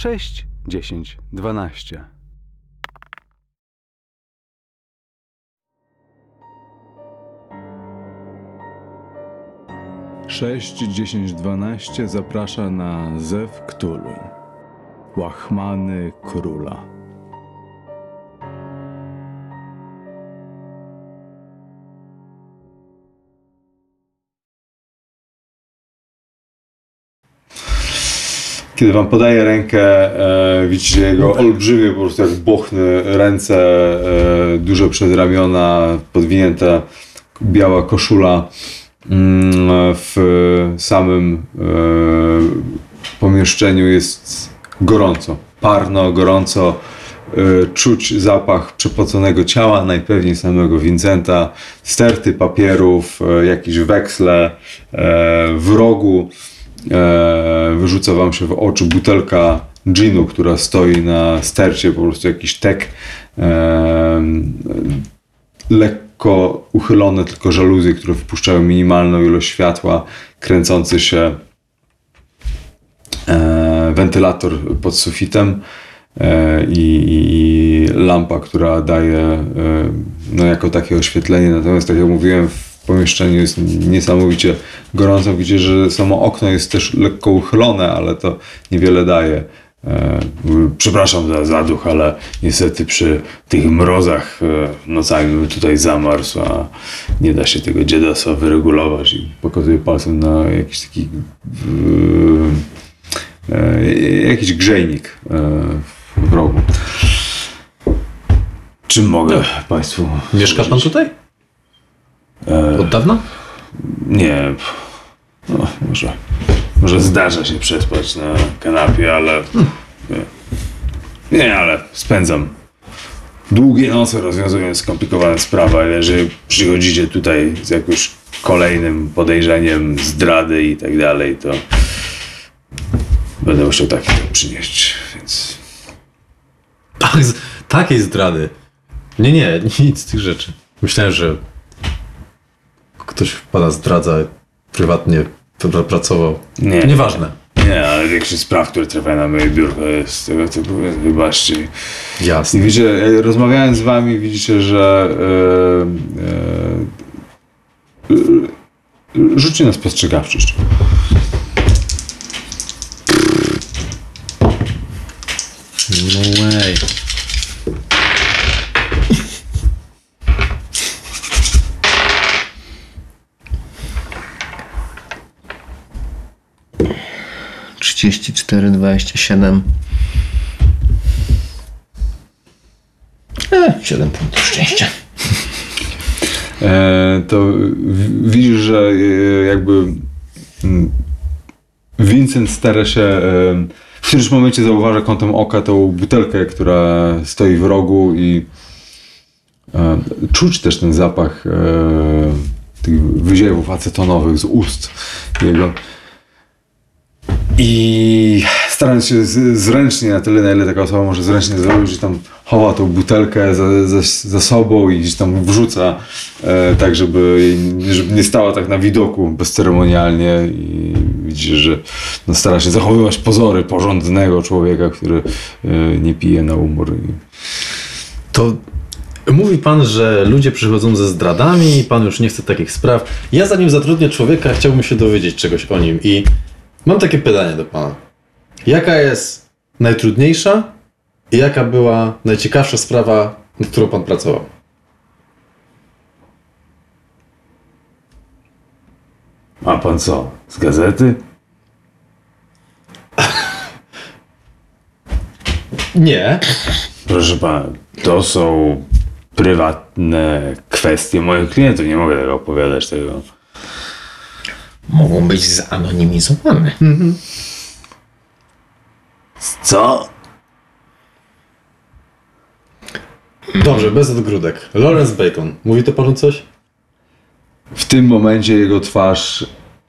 6, 10, 12. Sześć, 10, 12 zaprasza na Zew Cthulhu, łachmany króla. Kiedy wam podaje rękę, widzicie jego olbrzymie, po prostu jak bochny ręce, duże przedramiona, podwinięta biała koszula. W samym pomieszczeniu jest gorąco, parno, gorąco. Czuć zapach przepoconego ciała, najpewniej samego Vincenta, sterty papierów, jakieś weksle. W rogu wyrzuca wam się w oczy butelka ginu, która stoi na stercie, po prostu jakiś tek. Lekko uchylone tylko żaluzje, które wpuszczają minimalną ilość światła, kręcący się wentylator pod sufitem i lampa, która daje no, jako takie oświetlenie. Natomiast tak jak mówiłem, w pomieszczeniu jest niesamowicie gorąco. Widzicie, że samo okno jest też lekko uchylone, ale to niewiele daje. Przepraszam za zaduch, ale niestety przy tych mrozach nocami bym tutaj zamarzł, a nie da się tego dziadostwa wyregulować. I pokazuję palcem na jakiś taki jakiś grzejnik w rogu. Czym mogę Państwu Mieszka Pan tutaj? Od dawna? Nie. No, może zdarza się przespać na kanapie, ale nie, ale spędzam długie noce rozwiązując skomplikowane sprawy, ale jeżeli przychodzicie tutaj z jakimś kolejnym podejrzeniem zdrady i tak dalej, to będę musiał taki przynieść, więc... Takiej zdrady. Nie, nic z tych rzeczy. Myślałem, że ktoś Pana zdradza prywatnie, pracował. Nie. Nieważne. Nie, ale większość spraw, które trafiają na moje biurko jest z tego typu, wybaczcie. Jasne. I widzicie, rozmawiając z wami, widzicie, że rzućcie na spostrzegawczość. No way. Trzydzieści 27. 7 punktów szczęścia. To widzisz, że jakby Vincent stara się w którymś momencie zauważa kątem oka tą butelkę, która stoi w rogu i czuć też ten zapach tych wyziewów acetonowych z ust jego. I starając się zręcznie, na tyle na ile taka osoba może zręcznie zrobić, że tam chowa tą butelkę za sobą i gdzieś tam wrzuca tak, żeby nie stała tak na widoku bezceremonialnie i widzisz, że no, stara się zachowywać pozory porządnego człowieka, który nie pije na umór. To mówi Pan, że ludzie przychodzą ze zdradami i Pan już nie chce takich spraw. Ja zanim zatrudnię człowieka, chciałbym się dowiedzieć czegoś o nim i mam takie pytanie do Pana. Jaka jest najtrudniejsza i jaka była najciekawsza sprawa, nad którą Pan pracował? A pan co? Z gazety? Nie. Proszę pana, to są prywatne kwestie moich klientów. Nie mogę tego opowiadać tego. Mogą być zanonimizowane. Co? Dobrze, bez odgródek. Lawrence Bacon. Mówi to Panu coś? W tym momencie jego twarz,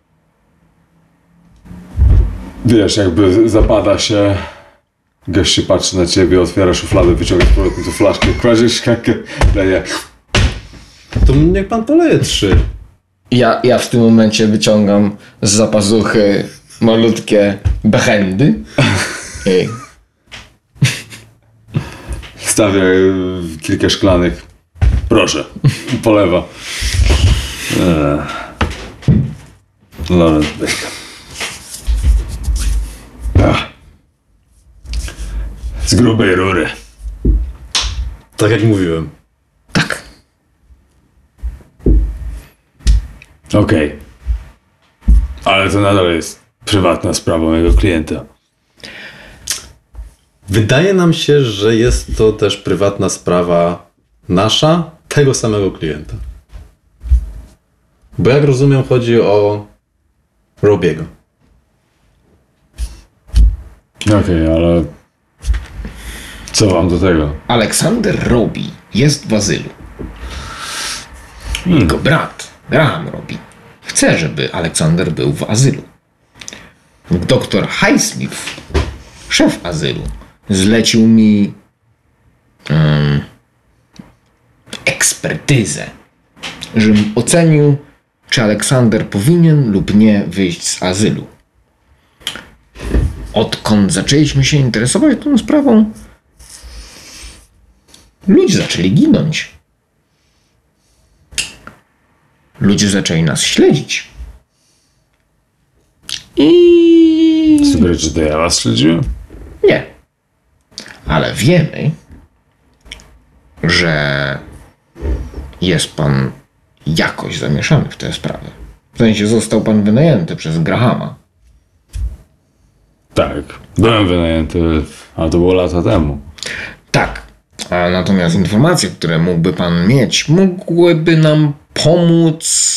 wiesz, jakby zapada się. Gość się patrzy na ciebie, otwiera szufladę, wyciąga z powrotem tę flaszkę, kładzie szklankę, daje. To niech Pan poleje 3. Ja w tym momencie wyciągam z zapazuchy malutkie bechendy. Stawia kilka szklanek. Proszę, polewa. Lawrence Bacon. Z grubej rury. Tak jak mówiłem. Tak. Okej. Ale to nadal jest prywatna sprawa mojego klienta. Wydaje nam się, że jest to też prywatna sprawa nasza, tego samego klienta. Bo jak rozumiem, chodzi o Robiego. Okej, ale co wam do tego? Aleksander Robi jest w azylu. Jego brat, Graham Robi, chce, żeby Aleksander był w azylu. Doktor Highsmith, szef azylu, zlecił mi ekspertyzę, żebym ocenił, czy Aleksander powinien lub nie wyjść z azylu. Odkąd zaczęliśmy się interesować tą sprawą, ludzie zaczęli ginąć. Ludzie zaczęli nas śledzić. I Sugeruję, że to ja was śledziłem? nie. Ale wiemy, że jest pan jakoś zamieszany w tę sprawę. W sensie został pan wynajęty przez Grahama. Tak. Byłem wynajęty, ale to było lata temu. Tak. A natomiast informacje, które mógłby pan mieć, mogłyby nam pomóc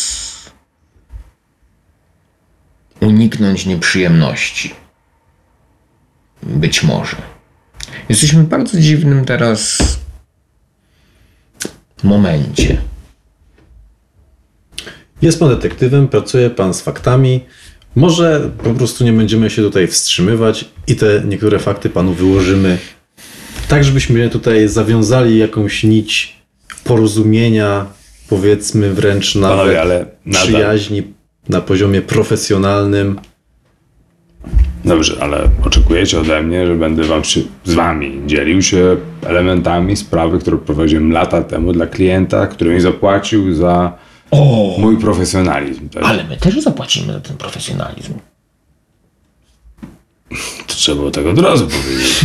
uniknąć nieprzyjemności. Być może. Jesteśmy w bardzo dziwnym teraz momencie. Jest pan detektywem, pracuje pan z faktami. Może po prostu nie będziemy się tutaj wstrzymywać i te niektóre fakty panu wyłożymy tak, żebyśmy tutaj zawiązali jakąś nić porozumienia, powiedzmy wręcz nawet Panowie, ale nadal- przyjaźni na poziomie profesjonalnym. Dobrze, ale oczekujecie ode mnie, że będę z wami dzielił się elementami sprawy, którą prowadziłem lata temu dla klienta, który mi zapłacił za mój profesjonalizm. Tak? Ale my też zapłacimy za ten profesjonalizm. To trzeba było tak od razu powiedzieć.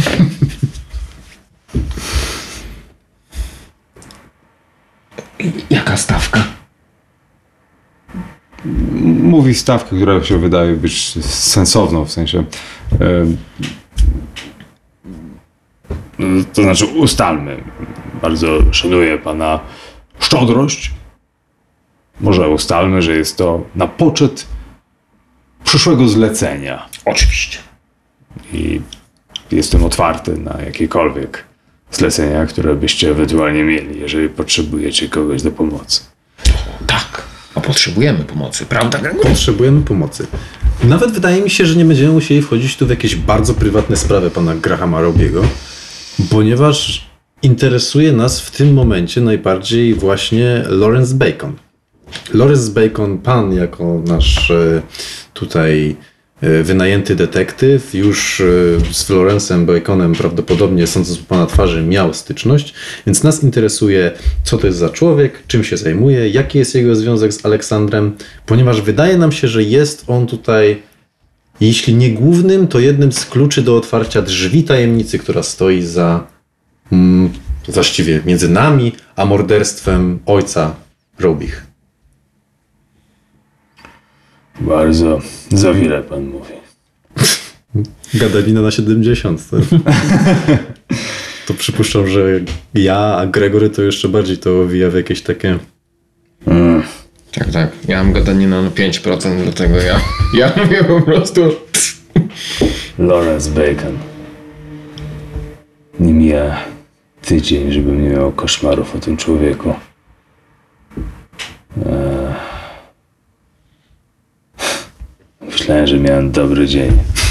Jaka stawka? Mówi stawkę, która się wydaje być sensowną, w sensie... to znaczy ustalmy. Bardzo szanuję pana szczodrość. Może ustalmy, że jest to na poczet przyszłego zlecenia. Oczywiście. I jestem otwarty na jakiekolwiek zlecenia, które byście ewentualnie mieli, jeżeli potrzebujecie kogoś do pomocy. Tak. A potrzebujemy pomocy, prawda, Gregory? Potrzebujemy pomocy. Nawet wydaje mi się, że nie będziemy musieli wchodzić tu w jakieś bardzo prywatne sprawy pana Grahama Robiego, ponieważ interesuje nas w tym momencie najbardziej właśnie Lawrence Bacon. Lawrence Bacon, pan jako nasz tutaj wynajęty detektyw, już z Lawrence'em Baconem prawdopodobnie, sądząc po pana twarzy, miał styczność, więc nas interesuje, co to jest za człowiek, czym się zajmuje, jaki jest jego związek z Aleksandrem, ponieważ wydaje nam się, że jest on tutaj, jeśli nie głównym, to jednym z kluczy do otwarcia drzwi tajemnicy, która stoi za właściwie między nami a morderstwem ojca Robich. Bardzo za wiele pan mówi. Gadalina na 70. To przypuszczam, że ja, a Gregory to jeszcze bardziej to owija w jakieś takie... Tak, tak. Ja mam gadaninę na 5%, dlatego ja mówię po prostu... Lawrence Bacon. Nie mija tydzień, żebym nie miał koszmarów o tym człowieku. Myślałem, że miałem dobry dzień.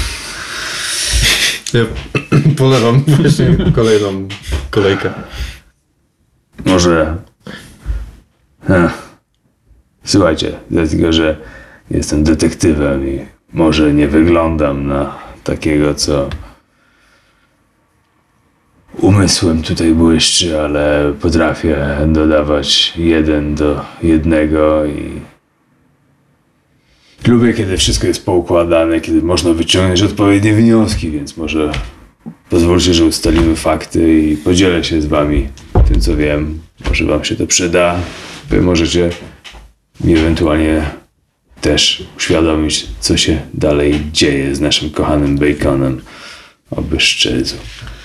Ja polewam właśnie kolejną kolejkę. Może... Słuchajcie, dlatego, że jestem detektywem i może nie wyglądam na takiego, co umysłem tutaj błyszczy, ale potrafię dodawać 1 do 1 i lubię, kiedy wszystko jest poukładane, kiedy można wyciągnąć odpowiednie wnioski, więc może pozwólcie, że ustalimy fakty i podzielę się z wami tym, co wiem. Może wam się to przyda. Wy możecie mi ewentualnie też uświadomić, co się dalej dzieje z naszym kochanym Baconem. Oby szczędzą.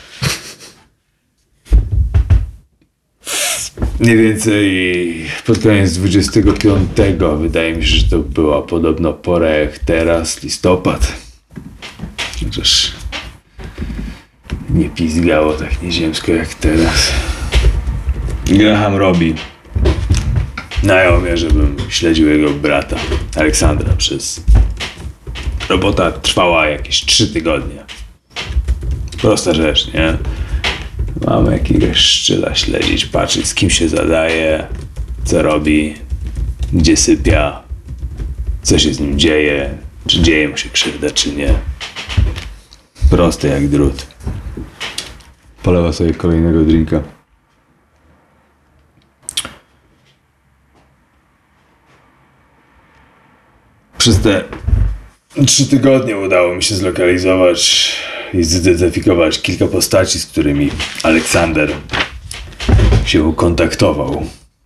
Mniej więcej pod koniec 25, wydaje mi się, że to była podobno pora jak teraz, listopad. Chociaż nie pizgało tak nieziemsko jak teraz. Graham robi najął mnie, żebym śledził jego brata Aleksandra przez... Robota trwała jakieś 3 tygodnie. Prosta rzecz, nie? Mamy jakiegoś szczyla śledzić, patrzeć z kim się zadaje, co robi, gdzie sypia, co się z nim dzieje, czy dzieje mu się krzywda, czy nie. Proste jak drut. Polewa sobie kolejnego drinka. Przez te 3 tygodnie udało mi się zlokalizować i zidentyfikować kilka postaci, z którymi Aleksander się kontaktował.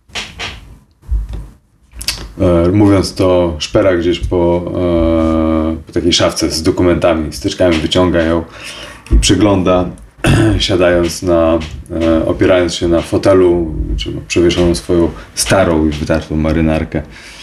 Mówiąc to, szpera gdzieś po takiej szafce z dokumentami, styczkami wyciąga ją i przygląda, siadając na, opierając się na fotelu, czy przewieszoną swoją starą i wytartą marynarkę.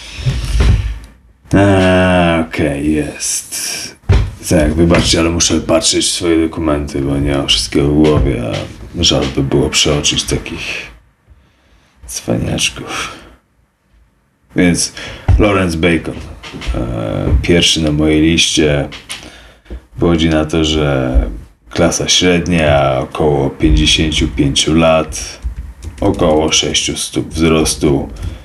Okej, jest. Tak, wybaczcie, ale muszę patrzeć w swoje dokumenty, bo nie mam wszystkiego w głowie, a żal by było przeoczyć takich cwaniaczków. Więc Lawrence Bacon, pierwszy na mojej liście, wychodzi na to, że klasa średnia, około 55 lat, około 6 stóp wzrostu,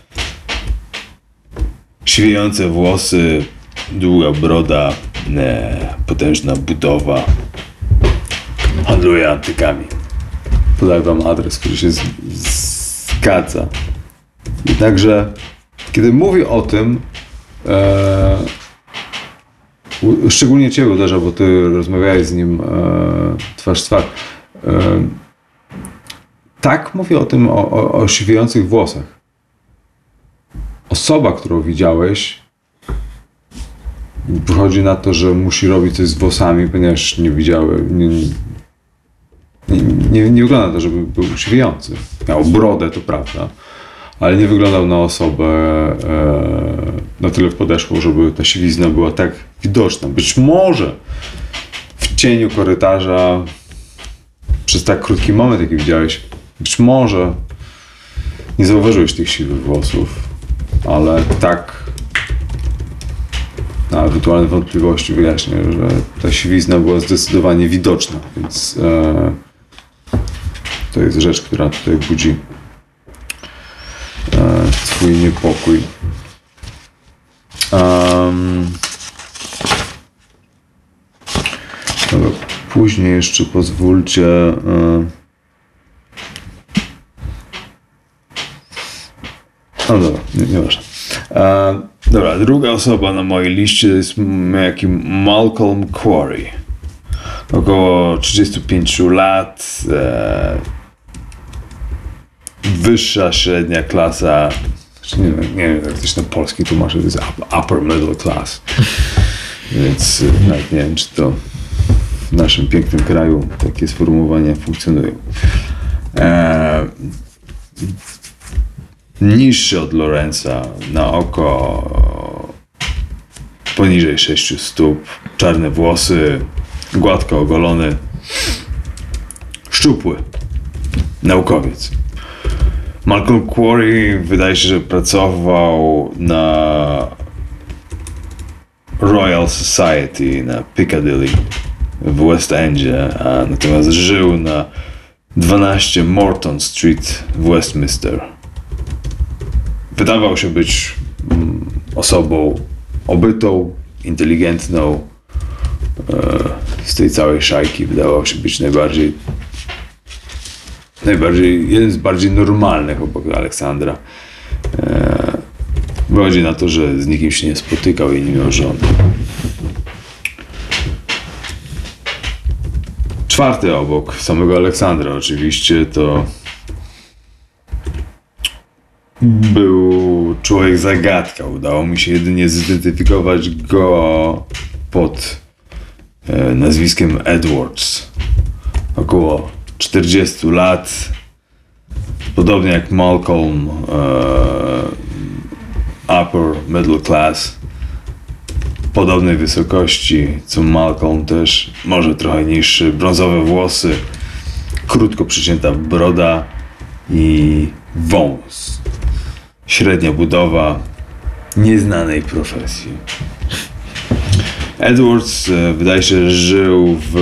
siwiejące włosy, długa broda, potężna budowa, handluje antykami. Podaję wam adres, który się zgadza. Jednakże, kiedy mówi o tym, szczególnie ciebie uderza, bo ty rozmawiałeś z nim twarz w twarz. Tak mówi o tym, o siwiejących włosach. Osoba, którą widziałeś, wychodzi na to, że musi robić coś z włosami, ponieważ nie widziałem, nie wygląda to, żeby był siwiejący. Miał brodę, to prawda, ale nie wyglądał na osobę na tyle podeszłą, żeby ta siwizna była tak widoczna. Być może w cieniu korytarza przez tak krótki moment, jaki widziałeś, być może nie zauważyłeś tych siwych włosów, ale tak na ewentualne wątpliwości wyjaśnię, że ta siwizna była zdecydowanie widoczna, więc to jest rzecz, która tutaj budzi twój niepokój. Dobra, później jeszcze pozwólcie no dobra, nieważne. Dobra, druga osoba na mojej liście jest jaki Malcolm Quarry. Około 35 lat. Wyższa średnia klasa. Nie wiem, jak ktoś na polski tłumaczy, to jest upper middle class. Więc nawet nie wiem, czy to w naszym pięknym kraju takie sformułowania funkcjonują. Niższy od Lorenza, na oko poniżej 6 stóp, czarne włosy, gładko ogolony, szczupły, naukowiec. Malcolm Quarry wydaje się, że pracował na Royal Society na Piccadilly w West Endzie, a natomiast żył na 12 Morton Street w Westminster. Wydawał się być osobą obytą, inteligentną. Z tej całej szajki wydawał się być najbardziej jeden z bardziej normalnych obok Aleksandra. Wychodzi na to, że z nikim się nie spotykał i nie miał żony. Czwarty obok samego Aleksandra oczywiście to był człowiek zagadka. Udało mi się jedynie zidentyfikować go pod nazwiskiem Edwards. Około 40 lat. Podobnie jak Malcolm, upper middle class. Podobnej wysokości co Malcolm też, może trochę niższy, brązowe włosy, krótko przycięta broda i wąs. Średnia budowa, nieznanej profesji. Edwards wydaje się, że żył w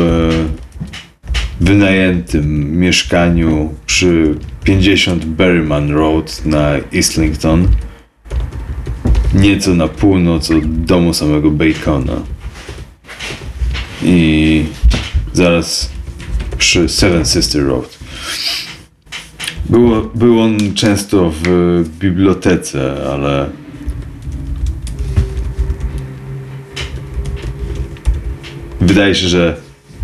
wynajętym mieszkaniu przy 50 Berryman Road na Islington, nieco na północ od domu samego Bacona i zaraz przy Seven Sister Road. Był on często w bibliotece, ale wydaje się, że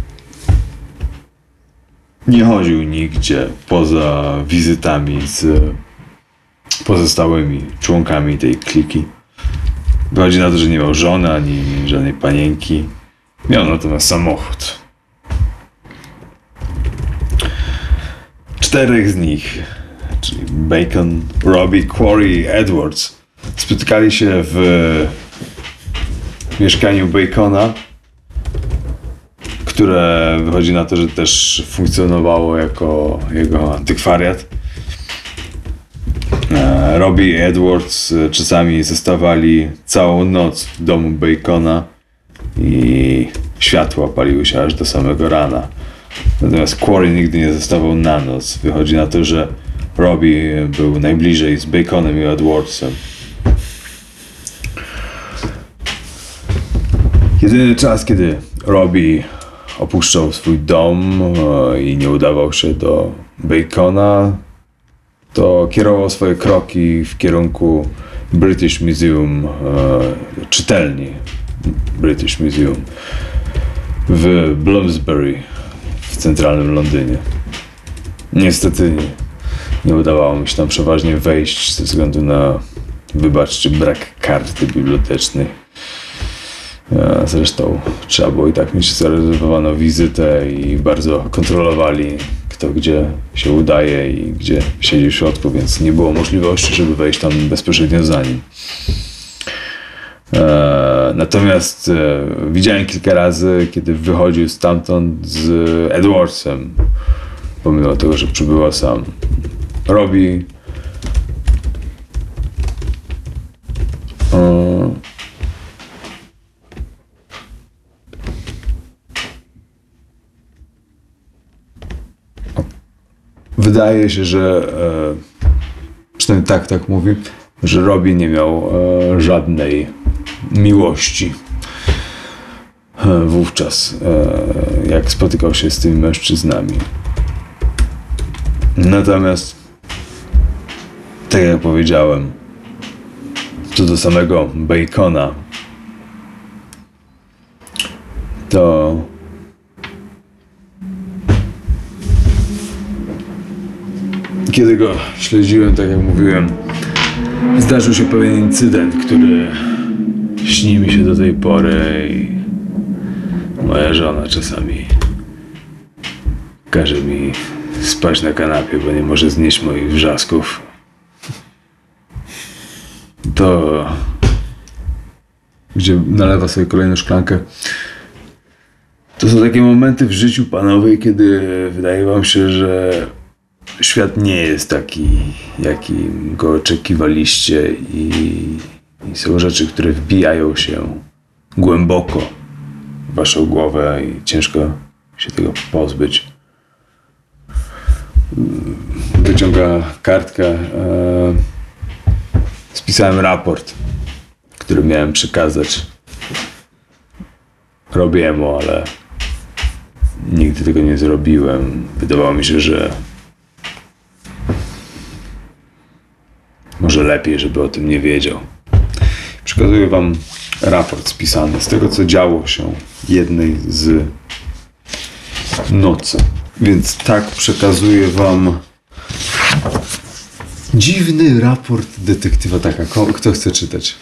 nie chodził nigdzie poza wizytami z pozostałymi członkami tej kliki. Wychodzi na to, że nie miał żony ani żadnej panienki. Miał natomiast samochód. 4 z nich, czyli Bacon, Robbie, Quarry i Edwards, spotykali się w mieszkaniu Bacona, które wychodzi na to, że też funkcjonowało jako jego antykwariat. Robbie i Edwards czasami zostawali całą noc w domu Bacona i światła paliły się aż do samego rana. Natomiast Quarry nigdy nie zostawał na noc. Wychodzi na to, że Robbie był najbliżej z Baconem i Edwardsem. Jedyny czas, kiedy Robbie opuszczał swój dom i nie udawał się do Bacona, to kierował swoje kroki w kierunku British Museum, czytelni British Museum w Bloomsbury w centralnym Londynie. Niestety nie udawało mi się tam przeważnie wejść ze względu na, wybaczcie, brak karty bibliotecznej. Zresztą trzeba było i tak mieć zarezerwowaną wizytę i bardzo kontrolowali, kto gdzie się udaje i gdzie siedzi w środku, więc nie było możliwości, żeby wejść tam bezpośrednio za nim. Natomiast widziałem kilka razy, kiedy wychodził stamtąd z Edwardsem, pomimo tego, że przybywał sam. Robbie wydaje się, że przynajmniej tak mówi, że Robbie nie miał żadnej miłości wówczas, jak spotykał się z tymi mężczyznami. Natomiast, tak jak powiedziałem, co do samego Bacona, to kiedy go śledziłem, tak jak mówiłem, zdarzył się pewien incydent, który śni mi się do tej pory i moja żona czasami każe mi spać na kanapie, bo nie może znieść moich wrzasków. To gdzie nalewa sobie kolejną szklankę. To są takie momenty w życiu panowej, kiedy wydaje wam się, że świat nie jest taki, jakim go oczekiwaliście i są rzeczy, które wbijają się głęboko w waszą głowę i ciężko się tego pozbyć. Wyciąga kartkę. Spisałem raport, który miałem przekazać Robiemu, ale nigdy tego nie zrobiłem. Wydawało mi się, że Może lepiej, żeby o tym nie wiedział. Przekazuję wam raport spisany z tego, co działo się jednej z nocy. Więc tak przekazuję wam dziwny raport detektywa Taka. Kto chce czytać?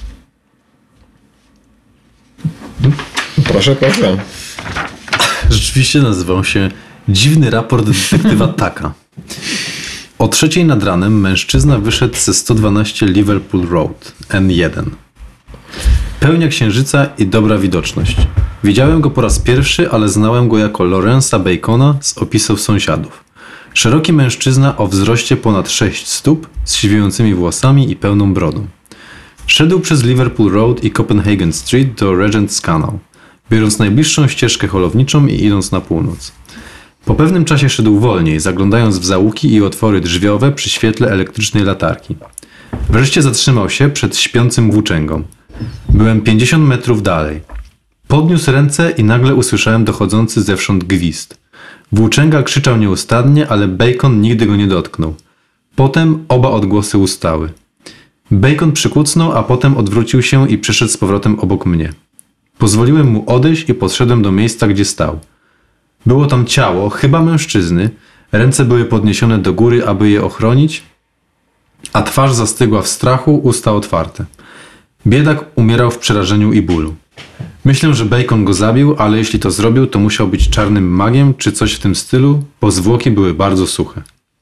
Proszę. Rzeczywiście nazywał się Dziwny raport detektywa Taka. O 3:00 nad ranem mężczyzna wyszedł ze 112 Liverpool Road, N1. Pełnia księżyca i dobra widoczność. Widziałem go po raz pierwszy, ale znałem go jako Lawrence'a Bacona z opisów sąsiadów. Szeroki mężczyzna o wzroście ponad 6 stóp, z siwiejącymi włosami i pełną brodą. Szedł przez Liverpool Road i Copenhagen Street do Regent's Canal, biorąc najbliższą ścieżkę holowniczą i idąc na północ. Po pewnym czasie szedł wolniej, zaglądając w załuki i otwory drzwiowe przy świetle elektrycznej latarki. Wreszcie zatrzymał się przed śpiącym włóczęgą. Byłem 50 metrów dalej. Podniósł ręce i nagle usłyszałem dochodzący zewsząd gwizd. Włóczęga krzyczał nieustannie, ale Bacon nigdy go nie dotknął. Potem oba odgłosy ustały. Bacon przykucnął, a potem odwrócił się i przeszedł z powrotem obok mnie. Pozwoliłem mu odejść i podszedłem do miejsca, gdzie stał. Było tam ciało, chyba mężczyzny. Ręce były podniesione do góry, aby je ochronić, a twarz zastygła w strachu, usta otwarte. Biedak umierał w przerażeniu i bólu. Myślę, że Bacon go zabił, ale jeśli to zrobił, to musiał być czarnym magiem czy coś w tym stylu, bo zwłoki były bardzo suche.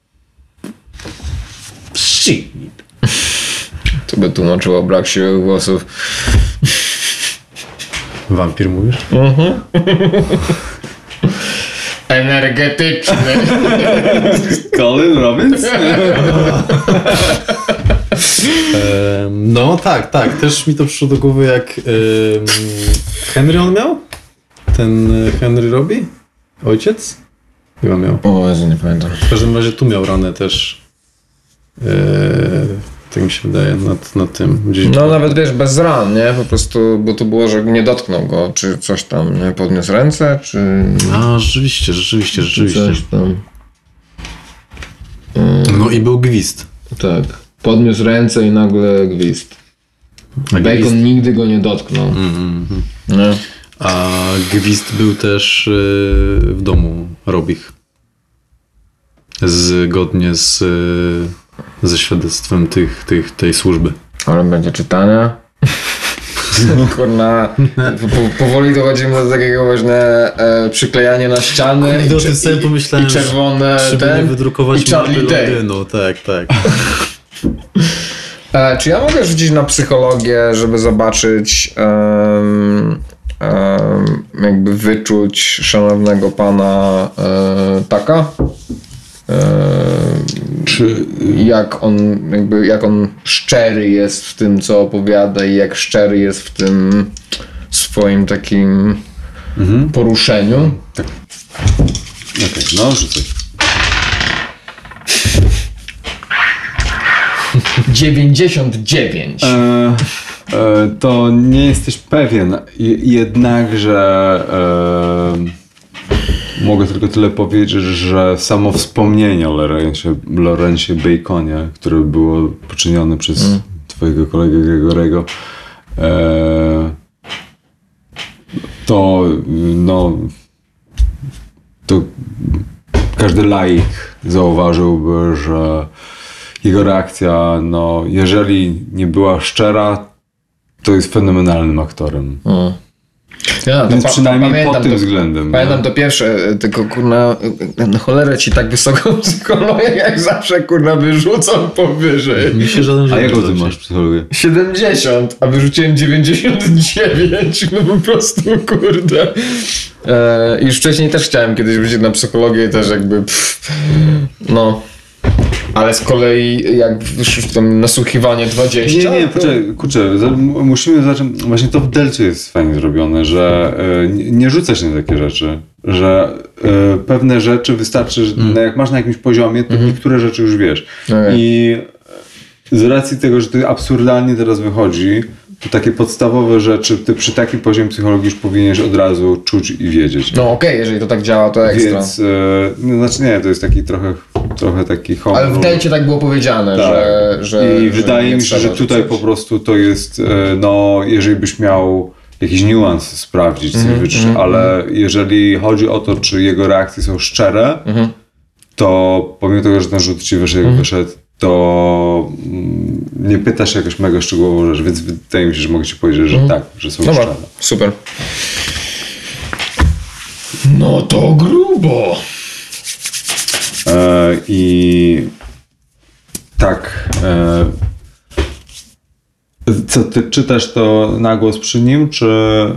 Shit. To by tłumaczyło brak siły włosów. Wampir mówisz? Energetyczny. Colin Robbins? No tak. Też mi to przyszło do głowy, jak Henry on miał? Ten Henry Robbie? Ojciec? Chyba miał. O Jezu, nie pamiętam. W każdym razie tu miał ranę też. Tak mi się wydaje, nad tym. Gdzieś No nawet wiesz, bez ran, nie? Po prostu, bo to było, że nie dotknął go, czy coś tam, nie? Podniósł ręce, czy... A, rzeczywiście. Coś tam. No i był gwizd. Tak. Podniósł ręce i nagle gwizd. A Bacon nigdy go nie dotknął. Nie? A gwizd był też w domu Robich. Zgodnie ze świadectwem tej służby. Ale będzie czytania. Kurna, powoli dochodzimy do takiego właśnie przyklejania na ściany No, tym samym pomyślałem, i czerwone żeby nie wydrukować i Charlie mapy Day. Londynu. Tak. Czy ja mogę rzucić na psychologię, żeby zobaczyć jakby wyczuć szanownego pana Taka? Czy Jak on szczery jest w tym, co opowiada i jak szczery jest w tym swoim takim poruszeniu. Okej, no rzucaj. 99. To nie jesteś pewien, jednakże mogę tylko tyle powiedzieć, że samo wspomnienie o Lawrencie Baconie, które było poczynione przez twojego kolegę Gregorego, to każdy laik zauważyłby, że jego reakcja, jeżeli nie była szczera, to jest fenomenalnym aktorem. Ja, Więc przynajmniej pamiętam pod tym względem. Pamiętam to pierwsze, tylko kurna, na cholerę ci tak wysoką psychologię, jak zawsze kurna wyrzucam powyżej. Mi się żaden A jaką ty masz psychologię? 70, a wyrzuciłem 99, no po prostu kurde. Już wcześniej też chciałem kiedyś wrócić na psychologię i też jakby ale z kolei jak tam nasłuchiwanie 20... Nie, poczekaj, kurczę, musimy zacząć, właśnie to w Delcie jest fajnie zrobione, że nie rzucać na takie rzeczy, że pewne rzeczy wystarczy, że jak masz na jakimś poziomie, to niektóre rzeczy już wiesz. Okay. I z racji tego, że to absurdalnie teraz wychodzi, to takie podstawowe rzeczy, ty przy takim poziomie psychologii już powinieneś od razu czuć i wiedzieć. No okej, jeżeli to tak działa, to ekstra. Więc, znaczy nie, to jest taki trochę taki honor. Ale w Delcie tak było powiedziane, Tak. że I wydaje nie mi się, trzeba że tutaj rzucać. po prostu to jest, no, jeżeli byś miał jakiś niuans sprawdzić, ale jeżeli chodzi o to, czy jego reakcje są szczere, to pomimo tego, że ten rzut ci wyszedł, to nie pytasz jakoś mega szczegółową rzecz, więc wydaje mi się, że mogę ci powiedzieć, że tak, że są Dobra, szczere. super. No to grubo. I tak. Co, ty czytasz to na głos przy nim, czy...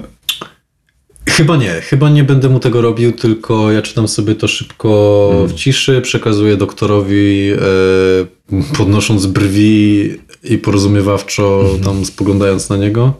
Chyba nie będę mu tego robił, tylko ja czytam sobie to szybko w ciszy, przekazuję doktorowi, podnosząc brwi i porozumiewawczo tam spoglądając na niego.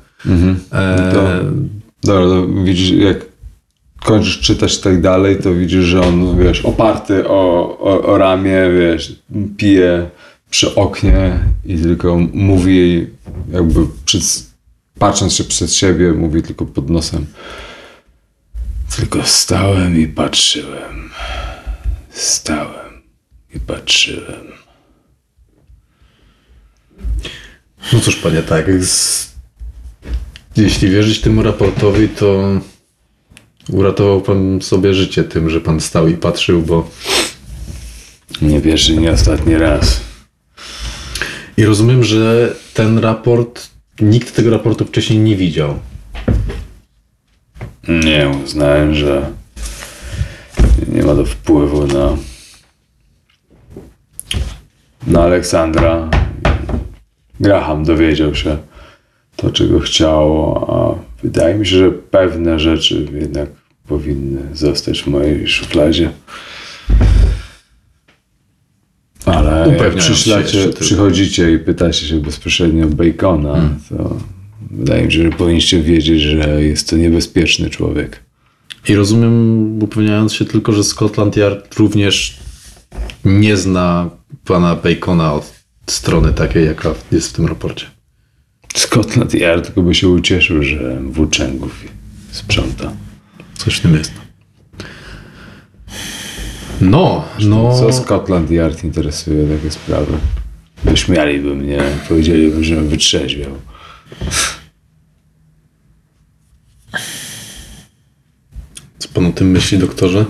Dobra, to widzisz, jak kończysz czytać i tak dalej, to widzisz, że on, wiesz, oparty o ramię, wiesz, pije przy oknie i tylko mówi, jakby patrząc się przed siebie, mówi tylko pod nosem. Tylko stałem i patrzyłem. Stałem i patrzyłem. No cóż, panie, tak, jeśli wierzyć temu raportowi, to uratował pan sobie życie tym, że pan stał i patrzył, bo... Nie pierwszy, nie ostatni raz. I rozumiem, że ten raport, nikt tego raportu wcześniej nie widział. Nie, uznałem, że nie ma to wpływu na Aleksandra. Graham dowiedział się to, czego chciał, a wydaje mi się, że pewne rzeczy jednak powinny zostać w mojej szufladzie. Ale jak Upewniając się jeszcze tylko. przychodzicie i pytacie się bezpośrednio o Bacona, to wydaje mi się, że powinniście wiedzieć, że jest to niebezpieczny człowiek. I rozumiem, upewniając się tylko, że Scotland Yard również nie zna pana Bacona od strony takiej, jaka jest w tym raporcie. Scotland Yard tylko by się ucieszył, że włóczęgów sprząta. Coś w tym jest. No. Co Scotland Yard interesuje takie sprawy? Wyśmialiby mnie, powiedzieliby, że wytrzeźwiał. Co pan o tym myśli, doktorze?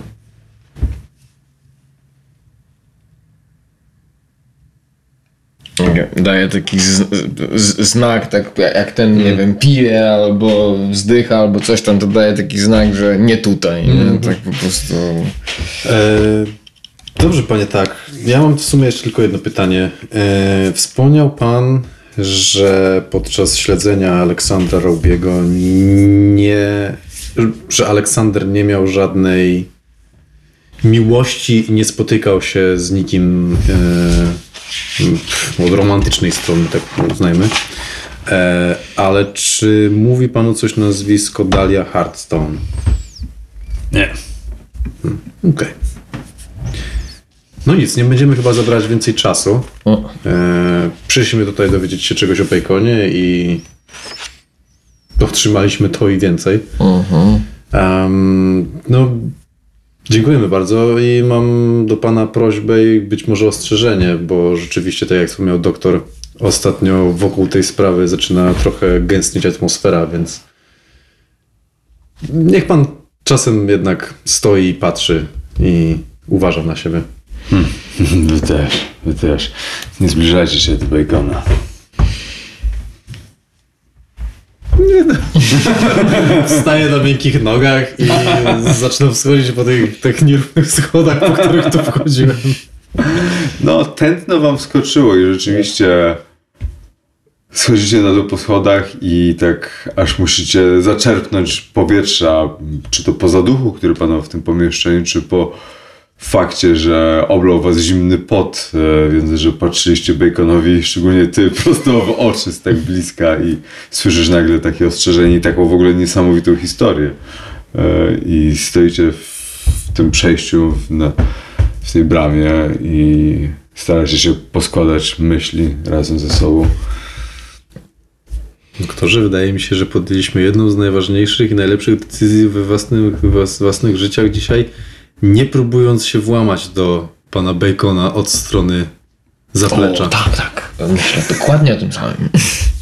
Daje taki znak, tak jak ten, nie wiem, pije albo wzdycha albo coś tam, to daje taki znak, że nie tutaj, nie? Tak po prostu... Dobrze, panie, tak. Ja mam w sumie jeszcze tylko jedno pytanie. Wspomniał pan, że podczas śledzenia Aleksandra Robiego że Aleksander nie miał żadnej miłości i nie spotykał się z nikim od romantycznej strony, tak uznajmy. Ale czy mówi panu coś nazwisko Dahlia Hardstone? Nie. Okej. No nic, nie będziemy chyba zabrać więcej czasu. Przyszliśmy tutaj dowiedzieć się czegoś o Baconie i otrzymaliśmy to i więcej. No, dziękujemy bardzo i mam do pana prośbę i być może ostrzeżenie, bo rzeczywiście, tak jak wspomniał doktor, ostatnio wokół tej sprawy zaczyna trochę gęstnieć atmosfera, więc niech pan czasem jednak stoi i patrzy i uważa na siebie. Wy też. Nie zbliżajcie się do Bacona. Wstaję na miękkich nogach i zaczynam schodzić po tych nierównych schodach, po których tu wchodziłem. No, tętno wam wskoczyło i rzeczywiście schodzicie na dół po schodach i tak aż musicie zaczerpnąć powietrza, czy to po zaduchu, który panował w tym pomieszczeniu, czy po fakcie, że oblał was zimny pot, więc że patrzyliście Baconowi, szczególnie ty, prosto w oczy z tak bliska i słyszysz nagle takie ostrzeżenie i taką w ogóle niesamowitą historię. I stoicie w tym przejściu w tej bramie i staracie się poskładać myśli razem ze sobą. Doktorze, wydaje mi się, że podjęliśmy jedną z najważniejszych i najlepszych decyzji we własnych życiach dzisiaj, nie próbując się włamać do pana Bacona od strony zaplecza. O, tak. Myślę dokładnie o tym samym.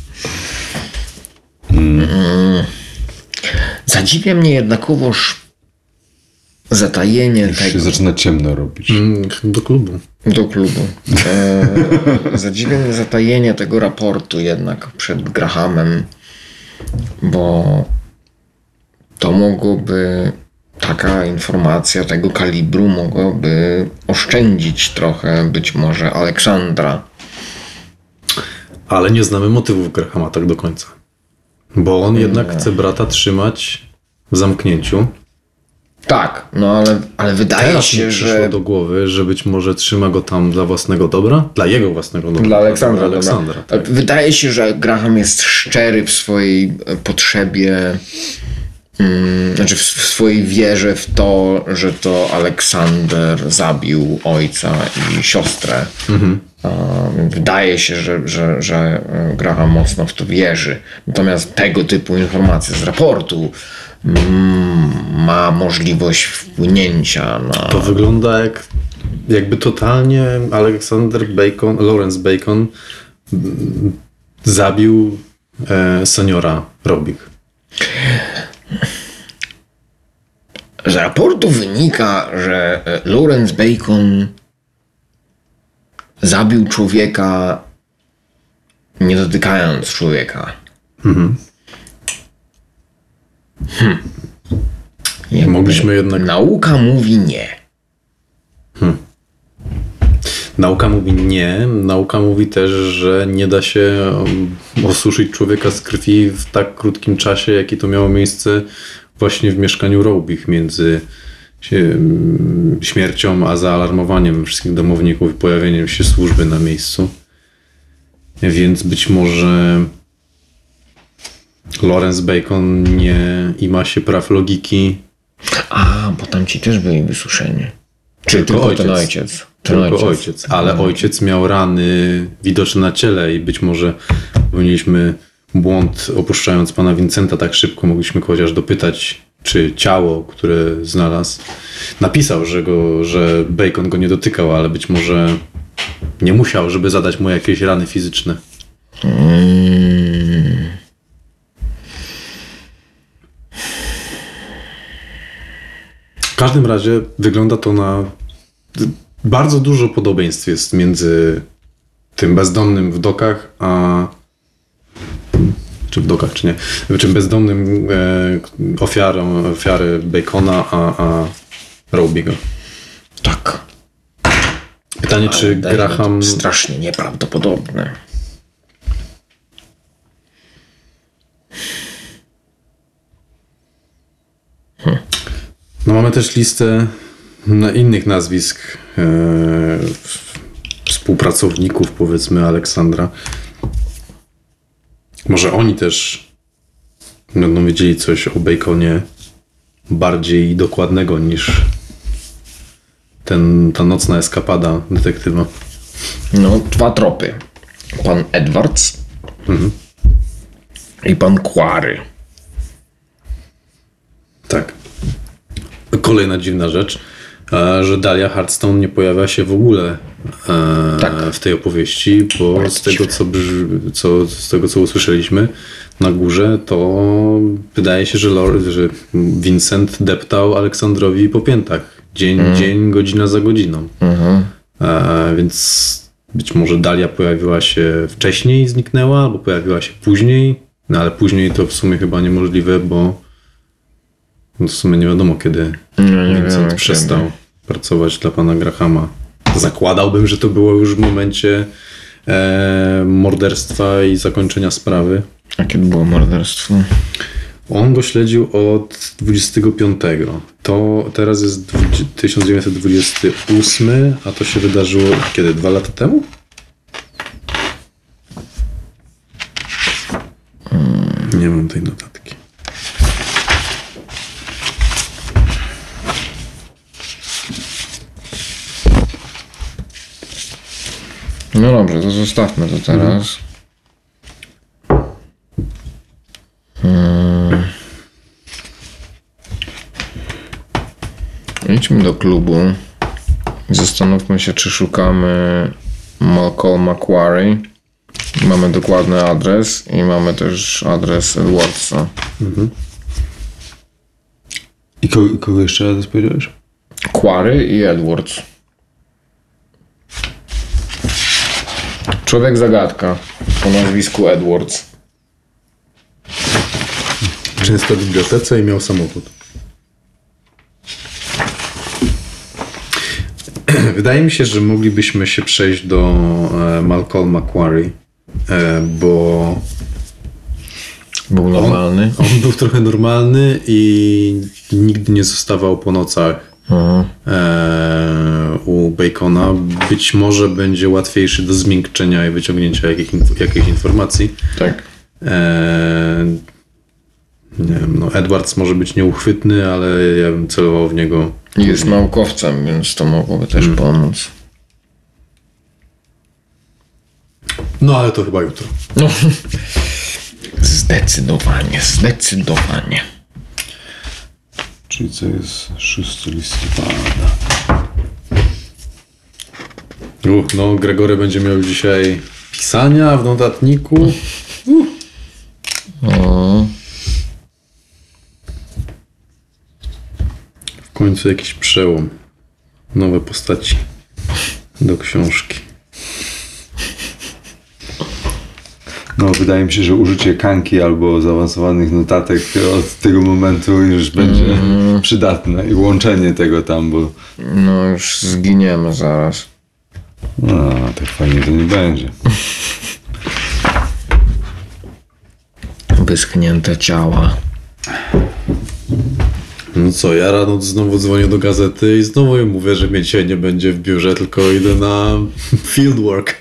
Zadziwia mnie jednakowoż zatajenie Już się tego zaczyna ciemno robić. Do klubu. do klubu. Zadziwia mnie zatajenie tego raportu jednak przed Grahamem, bo to mogłoby, taka informacja tego kalibru mogłaby oszczędzić trochę być może Aleksandra. Ale nie znamy motywów Grahama tak do końca. Bo on jednak chce brata trzymać w zamknięciu. Tak, no ale wydaje Teraz się, mi przyszło że do głowy, że być może trzyma go tam dla własnego dobra? Dla jego własnego dobra. dla Aleksandra. Dla Aleksandra, Dobra. tak. Wydaje się, że Graham jest szczery w swojej potrzebie, znaczy w swojej wierze w to, że to Aleksander zabił ojca i siostrę. Wydaje się, że Graham mocno w to wierzy. Natomiast tego typu informacje z raportu ma możliwość wpłynięcia na... To wygląda jakby totalnie Lawrence Bacon zabił seniora Robbie. Z raportu wynika, że Lawrence Bacon zabił człowieka, nie dotykając człowieka. Mogliśmy jednak... Nauka mówi nie. Nauka mówi nie. Nauka mówi też, że nie da się osuszyć człowieka z krwi w tak krótkim czasie, jaki to miało miejsce właśnie w mieszkaniu Robbich między śmiercią a zaalarmowaniem wszystkich domowników i pojawieniem się służby na miejscu. Więc być może Lawrence Bacon nie ima się praw logiki. A, bo tam ci też byli wysuszeni. Czy tylko ten ojciec? Tylko ojciec. Ale ojciec miał rany widoczne na ciele i być może popełniliśmy błąd, opuszczając pana Vincenta tak szybko. Mogliśmy chociaż dopytać, czy ciało, które znalazł, napisał, że Bacon go nie dotykał, ale być może nie musiał, żeby zadać mu jakieś rany fizyczne. W każdym razie wygląda to na... Bardzo dużo podobieństw jest między tym bezdomnym w dokach, a... Czy w dokach, czy nie? Czym bezdomnym ofiary Bacona, a Robiego. Tak. Pytanie, czy Graham... Strasznie nieprawdopodobne. No mamy też listę innych nazwisk współpracowników, powiedzmy, Aleksandra. Może oni też będą wiedzieli coś o Baconie bardziej dokładnego niż ta nocna eskapada detektywa. No, 2 tropy. Pan Edwards i pan Quarry. Tak. Kolejna dziwna rzecz, że Dahlia Hardstone nie pojawia się w ogóle w tej opowieści, bo z tego co usłyszeliśmy na górze, to wydaje się, że Vincent deptał Aleksandrowi po piętach. Dzień, godzina za godziną. Więc być może Dahlia pojawiła się wcześniej i zniknęła, albo pojawiła się później, no ale później to w sumie chyba niemożliwe, bo w sumie nie wiadomo kiedy Vincent przestał pracować dla pana Grahama. Zakładałbym, że to było już w momencie morderstwa i zakończenia sprawy. A kiedy było morderstwo? On go śledził od 25. To teraz jest 1928, a to się wydarzyło kiedy? 2 lata temu? Nie mam tej notatki. No dobrze, to zostawmy to teraz. Wejdźmy do klubu i zastanówmy się, czy szukamy Malcolma Quarry. Mamy dokładny adres i mamy też adres Edwardsa. I kogo jeszcze raz powiedziałeś? Quarry i Edwards. Człowiek zagadka o nazwisku Edwards. Często w bibliotece i miał samochód. Wydaje mi się, że moglibyśmy się przejść do Malcolma Quarry, bo Był normalny. on był trochę normalny i nigdy nie zostawał po nocach u Bacona. Być może będzie łatwiejszy do zmiękczenia i wyciągnięcia jakichś informacji. Tak. Nie wiem, no Edwards może być nieuchwytny, ale ja bym celował w niego. Jest naukowcem, więc to mogłoby też pomóc. No ale to chyba jutro. No. Zdecydowanie. Czyli co jest 6 listopada. No Gregory będzie miał dzisiaj pisania w notatniku. W końcu jakiś przełom. Nowe postaci do książki. No, wydaje mi się, że użycie kanki albo zaawansowanych notatek od tego momentu już będzie przydatne i łączenie tego tam, bo No już zginiemy zaraz. no, tak fajnie to nie będzie. Wyschnięte ciała. No co, ja rano znowu dzwonię do gazety i znowu im mówię, że mnie dzisiaj nie będzie w biurze, tylko idę na fieldwork.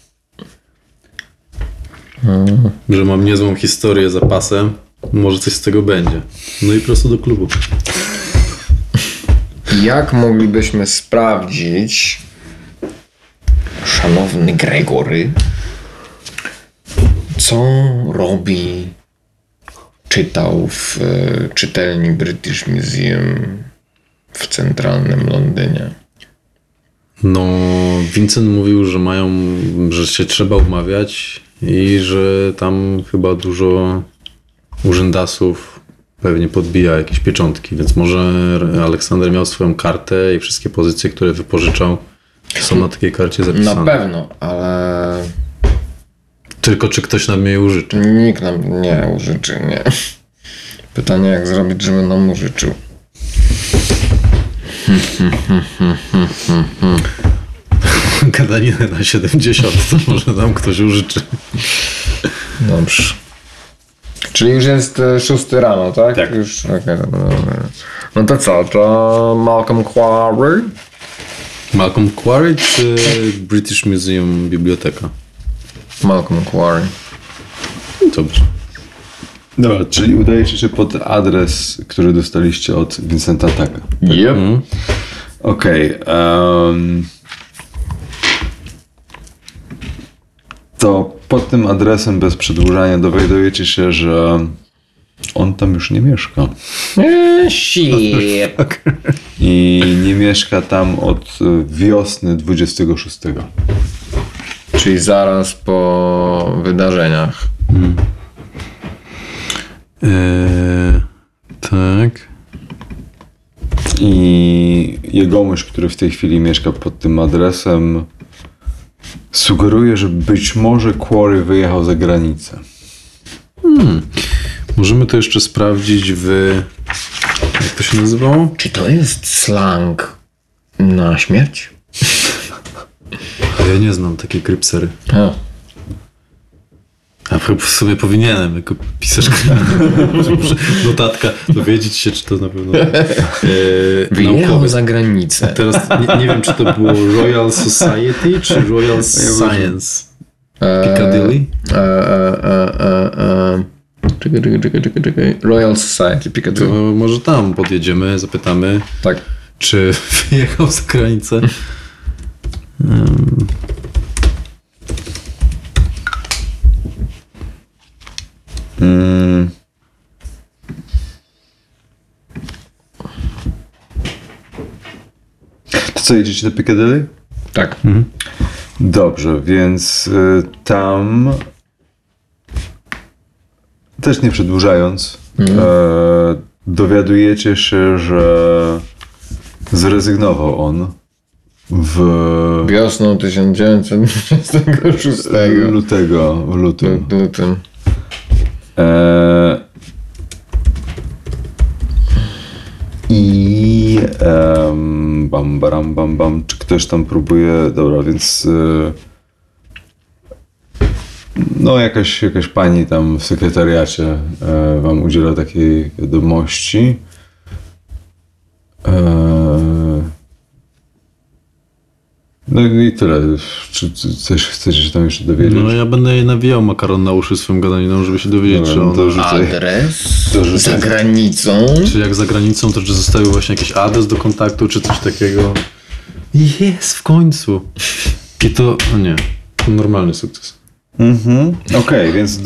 Że mam niezłą historię za pasem. Może coś z tego będzie. No i prosto do klubu. Jak moglibyśmy sprawdzić, szanowny Gregory, co robi, czytał w czytelni British Museum w centralnym Londynie? No, Vincent mówił, że się trzeba umawiać i że tam chyba dużo urzędasów pewnie podbija jakieś pieczątki, więc może Aleksander miał swoją kartę i wszystkie pozycje, które wypożyczał, są na takiej karcie zapisane. Na pewno, ale Tylko czy ktoś nam jej użyczy? nikt nam nie użyczy, nie. Pytanie, jak zrobić, żeby nam użyczył. Gadaninę na 70, to może nam ktoś użyczy. Dobrze. Czyli już jest 6 rano, tak? Tak. Już, okej, dobra. No to co, to Malcolm Quarry? Malcolm Quarry czy British Museum Biblioteka? Malcolm Quarry. Dobrze. Dobra, czyli udajecie się pod adres, który dostaliście od Vincenta Taka. Yep. Okej. To pod tym adresem bez przedłużania dowiadujecie się, że on tam już nie mieszka. Shit. I nie mieszka tam od wiosny 26. Czyli zaraz po wydarzeniach. Tak. I jegomość, który w tej chwili mieszka pod tym adresem, sugeruje, że być może Quarry wyjechał za granicę. Możemy to jeszcze sprawdzić w... Jak to się nazywało? Czy to jest slang na śmierć? Ja nie znam takiej krypsery. A. A w sumie powinienem, jako pisarz notatka, dowiedzieć się, czy to na pewno Wyjechał naukowy. za granicę. Teraz nie wiem, czy to było Royal Society, czy Royal Science. Piccadilly? Czekaj. Royal Society To Piccadilly. może tam podjedziemy, zapytamy, Tak. czy wyjechał za granicę. Co, jedziecie do Piccadilly? Tak. Dobrze, więc tam też nie przedłużając, dowiadujecie się, że zrezygnował on w Wiosną 1926. w lutym. I bam, baram, bam, bam. Czy ktoś tam próbuje? Dobra, więc no jakaś pani tam w sekretariacie wam udziela takiej wiadomości. No i tyle. Czy coś chcecie się tam jeszcze dowiedzieć? No ja będę jej nawijał makaron na uszy swoim gadaninom, żeby się dowiedzieć, Dobra, czy no on... to rzucaj. Adres To rzucaj. za granicą. Czy jak za granicą, to czy zostawił właśnie jakiś adres do kontaktu, czy coś takiego. Jest w końcu. I to... O nie. To normalny sukces. Okej, więc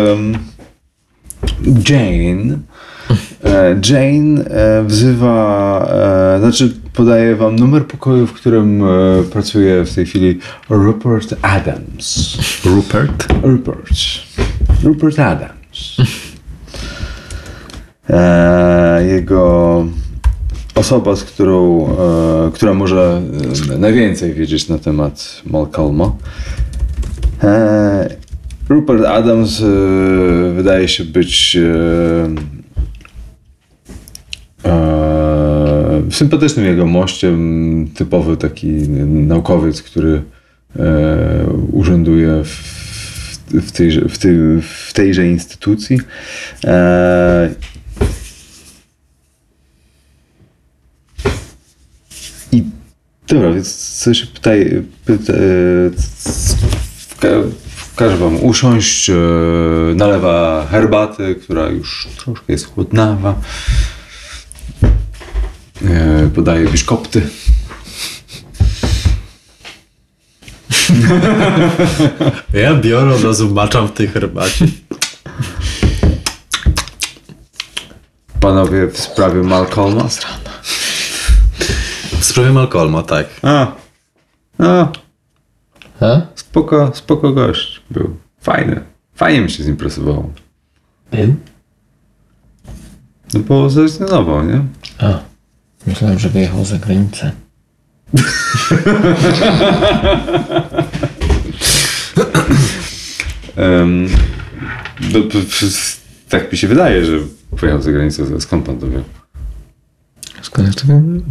Jane wzywa, znaczy podaje wam numer pokoju, w którym pracuje w tej chwili Rupert Adams. Rupert Adams. Jego osoba, z która może najwięcej wiedzieć na temat Malcolma. Rupert Adams wydaje się być sympatycznym jegomościem, typowy taki naukowiec, który urzęduje w tejże instytucji. I dobra, więc co się każe wam usiąść, nalewa herbaty, która już troszkę jest chłodnawa. Podaje biszkopty. Ja biorę, od razu maczam w tej herbacie. Panowie w sprawie Malcolma? W sprawie Malcolma, tak. Spoko gość był. Fajnie mi się z nim pracowało. Był? No bo zrezygnował, nie? Myślałem, że wyjechał za granicę. Tak mi się wydaje, że pojechał za granicę. Skąd pan to wie? Skąd to wiem?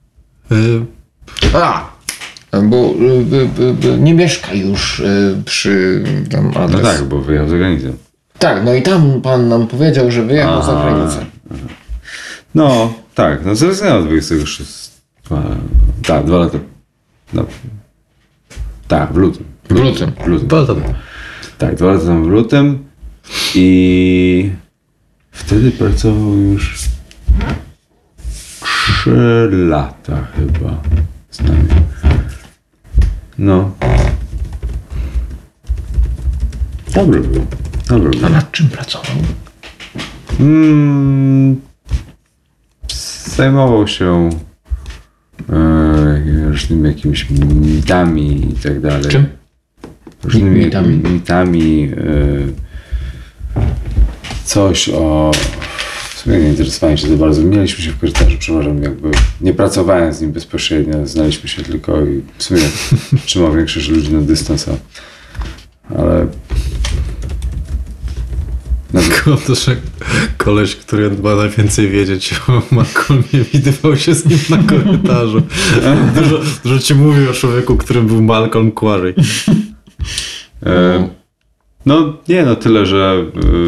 Bo nie mieszka już przy tam No adres. tak, bo wyjechał za granicę. Tak, no i tam pan nam powiedział, że wyjechał za granicę. No, tak, no zrezygnował 26. Tak, 2 lata. No. Tak, w lutym. W lutym. Tak, 2 lata temu w lutym i wtedy pracował już 3 lata chyba z nami. No. Dobry był. A nad czym pracował? Zajmował się różnymi jakimiś mitami i tak dalej. Czym? Różnymi Mitami. Coś o... W sumie nie interesowałem się za bardzo. Mieliśmy się w korytarzu, przepraszam, jakby nie pracowałem z nim bezpośrednio, znaliśmy się tylko i w sumie trzymał większość ludzi na dystans, ale... To, że koleś, który ma najwięcej wiedzieć o Malcolmie, widywał się z nim na korytarzu. Dużo ci mówi o człowieku, którym był Malcolm Quarry. No nie, no tyle, że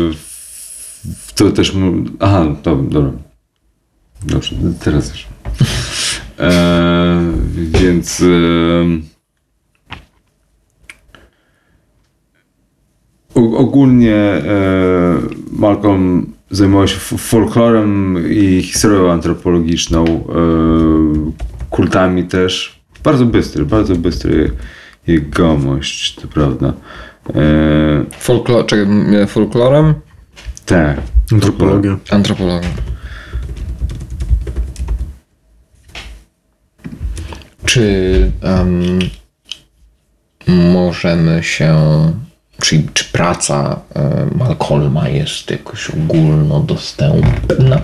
to też... Aha, to dobra. Dobrze, teraz już. Więc... Ogólnie Malcolm zajmował się folklorem i historią antropologiczną, kultami też. Bardzo bystry jegomość, to prawda. Folklorem? Tak. Antropologią. Czy możemy się... Czy praca Malcolma jest jakoś ogólnodostępna?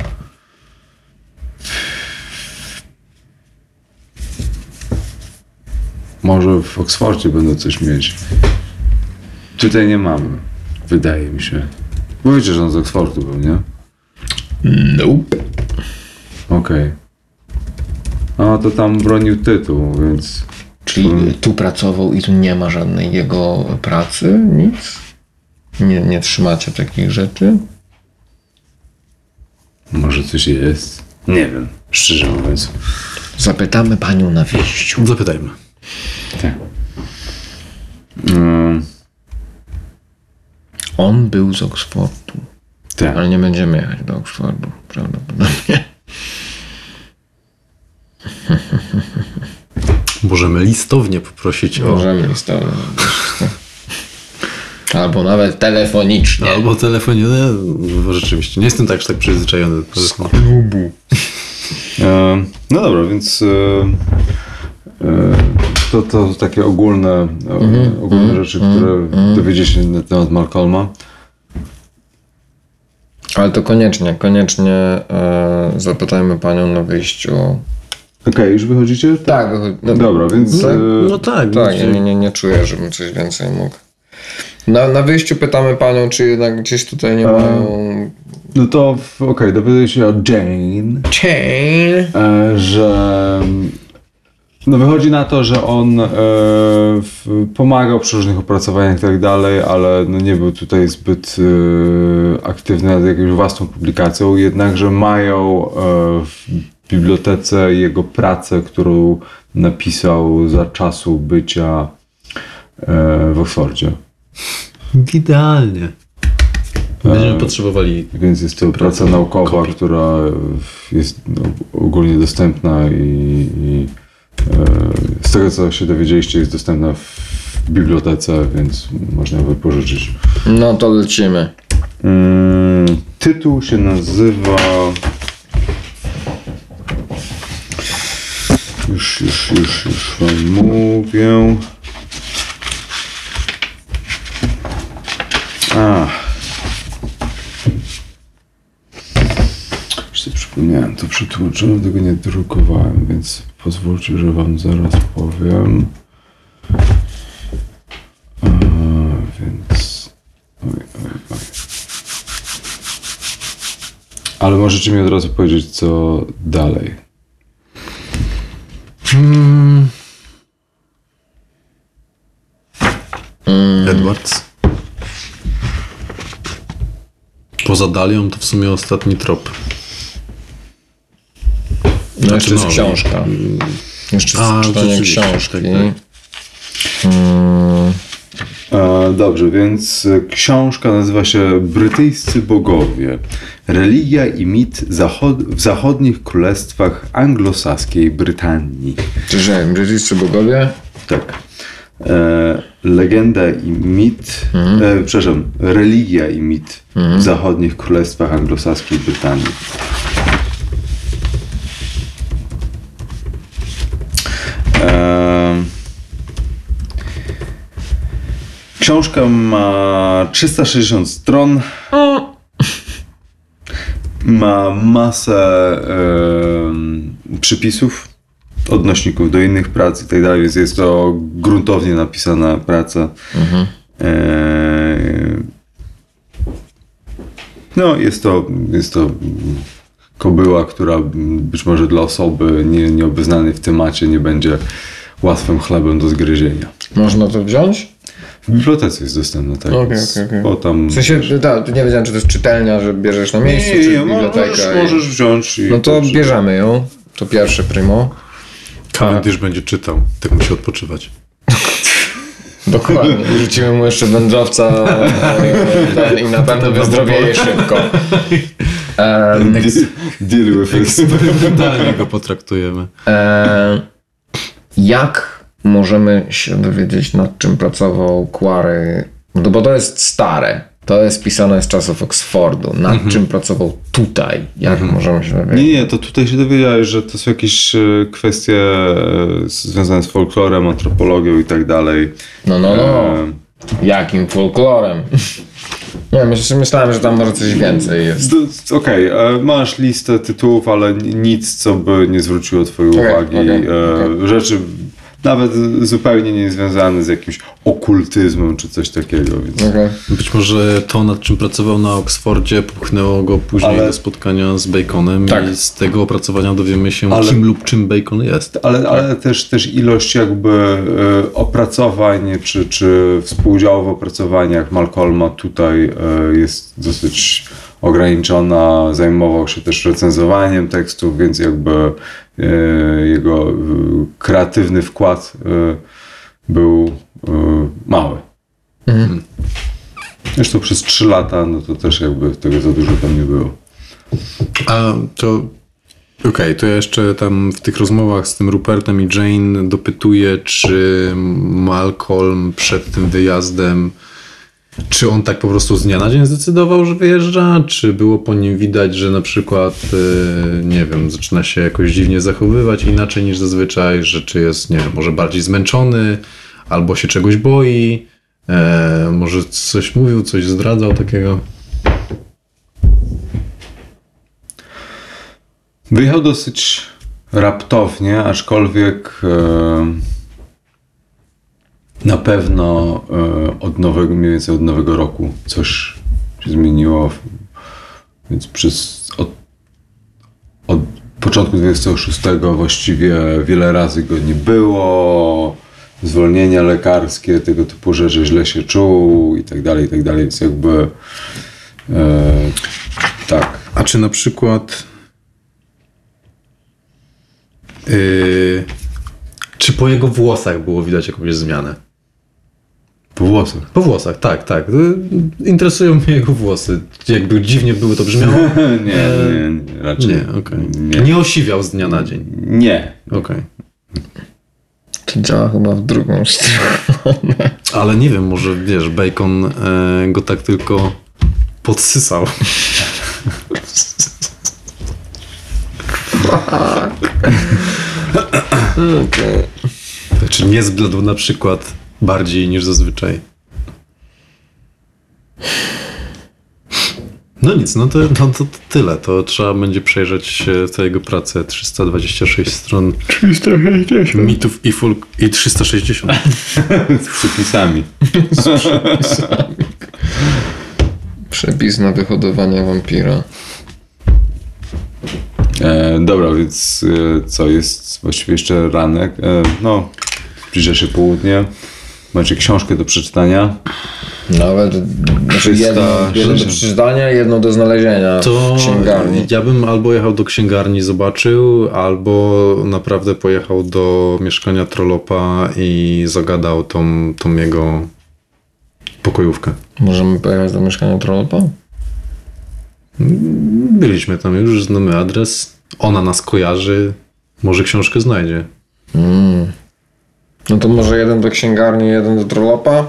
Może w Oksfordzie będą coś mieć. Tutaj nie mamy, wydaje mi się. Mówicie, że on z Oksfordu był, nie? Nope. Okej. No to tam bronił tytuł, więc... Czyli tu pracował i tu nie ma żadnej jego pracy? Nic? Nie trzymacie takich rzeczy? Może coś jest? Nie wiem, szczerze mówiąc. Zapytamy panią na wyjściu. Zapytajmy. Tak. On był z Oksfordu, Tak. ale nie będziemy jechać do Oksfordu, prawdopodobnie. Możemy listownie poprosić o... Możemy listować. Albo nawet telefonicznie. Albo telefonie, no, rzeczywiście. Nie jestem tak przyzwyczajony do telefonu. Klubu. No dobra, więc to takie ogólne rzeczy, które dowiedzieć się na temat Malcolma. Ale to koniecznie zapytajmy panią na wyjściu. Okej, już wychodzicie? Tak, Dobra, więc... No tak. Tak, ja nie czuję, żebym coś więcej mógł. Na wyjściu pytamy panią, czy jednak gdzieś tutaj nie mają... No to dowiaduję się o Jane, że no wychodzi na to, że on pomagał przy różnych opracowaniach i tak dalej, ale no nie był tutaj zbyt aktywny nad jakąś własną publikacją, jednakże mają w bibliotece jego pracę, którą napisał za czasu bycia w Oksfordzie. Idealnie. Będziemy potrzebowali... Więc jest to praca naukowa, która jest ogólnie dostępna i z tego, co się dowiedzieliście, jest dostępna w bibliotece, więc można ją wypożyczyć. No to lecimy. Tytuł się nazywa... Już wam mówię. Już sobie przypomniałem, to przetłumaczyłem, tego nie drukowałem, więc pozwólcie, że wam zaraz powiem. Więc... Oj. Ale możecie mi od razu powiedzieć, co dalej. Edwards. Poza Dalią to w sumie ostatni trop. No jeszcze jest no, książka. Jeszcze jest czytanie rzeczywiście, książki. tak. Dobrze, więc książka nazywa się Brytyjscy bogowie. Religia i mit w zachodnich królestwach anglosaskiej Brytanii. Czyż brytyjscy bogowie? Tak. Legenda i mit, religia i mit w zachodnich królestwach anglosaskiej Brytanii. Książka ma 360 stron. Ma masę przypisów, odnośników do innych prac i tak dalej, więc jest to gruntownie napisana praca. No, jest to kobyła, która być może dla osoby nieobeznanej w temacie nie będzie łatwym chlebem do zgryzienia. Można to wziąć? W bibliotece jest dostępne, tak? Okej. Bo tam... W sensie, nie wiedziałem, czy to jest czytelnia, że bierzesz na miejscu, czy biblioteka. Możesz wziąć. No to bierzemy ją. To pierwsze primo. Cavendish będzie czytał, tak musi odpoczywać. Dokładnie. Rzucimy mu jeszcze wędrowca i na pewno wyzdrowieje szybko. Deal with it. Eksperymentalnie go potraktujemy. Jak możemy się dowiedzieć, nad czym pracował Quarry? No bo to jest stare. To jest pisane z czasów Oxfordu. Nad czym pracował tutaj? Jak możemy się dowiedzieć? Nie, to tutaj się dowiedziałeś, że to są jakieś kwestie związane z folklorem, antropologią i tak dalej. No. Jakim folklorem? Nie, myślałem, że tam może coś więcej jest. Okej, masz listę tytułów, ale nic, co by nie zwróciło twojej uwagi. Rzeczy nawet zupełnie nie związane z jakimś okultyzmem czy coś takiego. Więc... Być może to, nad czym pracował na Oksfordzie, popchnęło go później do spotkania z Baconem i z tego opracowania dowiemy się, kim lub czym Bacon jest. Ale też ilość jakby opracowań czy współudziału w opracowaniach Malcolma tutaj jest dosyć ograniczona. Zajmował się też recenzowaniem tekstów, więc jakby jego kreatywny wkład był mały. Zresztą przez 3 lata, no to też jakby tego za dużo tam nie było. A to... to ja jeszcze tam w tych rozmowach z tym Rupertem i Jane dopytuję, czy Malcolm przed tym wyjazdem, czy on tak po prostu z dnia na dzień zdecydował, że wyjeżdża, czy było po nim widać, że na przykład, nie wiem, zaczyna się jakoś dziwnie zachowywać inaczej niż zazwyczaj, że czy jest, nie wiem, może bardziej zmęczony, albo się czegoś boi, może coś mówił, coś zdradzał takiego. Wyjechał dosyć raptownie, aczkolwiek na pewno mniej więcej od nowego roku coś się zmieniło, więc od początku 26 właściwie wiele razy go nie było, zwolnienia lekarskie, tego typu rzeczy, źle się czuł i tak dalej, więc jakby tak. A czy na przykład czy po jego włosach było widać jakąś zmianę? Po włosach? Po włosach, tak. Interesują mnie jego włosy. Jakby dziwnie były to brzmiało? Nie, raczej nie. Okay. Nie osiwiał z dnia na dzień? Nie. Okej. To działa chyba w drugą stronę. Ale nie wiem, może wiesz, Bacon go tak tylko podsysał. Czy nie zbladł na przykład bardziej niż zazwyczaj? No nic, no to tyle. To trzeba będzie przejrzeć tę jego pracę. 326 stron 360 mitów i 360. Z przepisami. Przepis na wyhodowanie wampira. Dobra, więc co, jest właściwie jeszcze ranek. Zbliża się południe. Macie książkę do przeczytania. Nawet jedno do przeczytania, jedno do znalezienia w księgarni. Ja bym albo jechał do księgarni, zobaczył, albo naprawdę pojechał do mieszkania Trollopa i zagadał tą jego pokojówkę. Możemy pojechać do mieszkania Trollopa? Byliśmy tam już, znamy adres. Ona nas kojarzy. Może książkę znajdzie. No to może jeden do księgarni, jeden do Trollopa?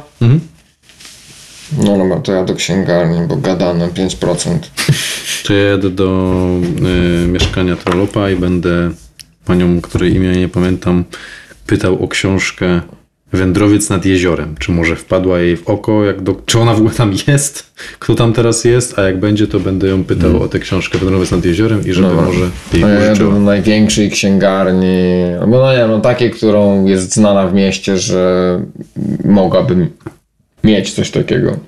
No, to ja do księgarni, bo gadane 5%. To ja jedę do mieszkania Trollopa i będę panią, której imię nie pamiętam, pytał o książkę Wędrowiec nad jeziorem. Czy może wpadła jej w oko? Czy ona w ogóle tam jest? Kto tam teraz jest? A jak będzie, to będę ją pytał o tę książkę Wędrowiec nad jeziorem i żeby może jej ja jadę użyczyła. do największej księgarni, bo takiej, którą jest znana w mieście, że mogłabym mieć coś takiego.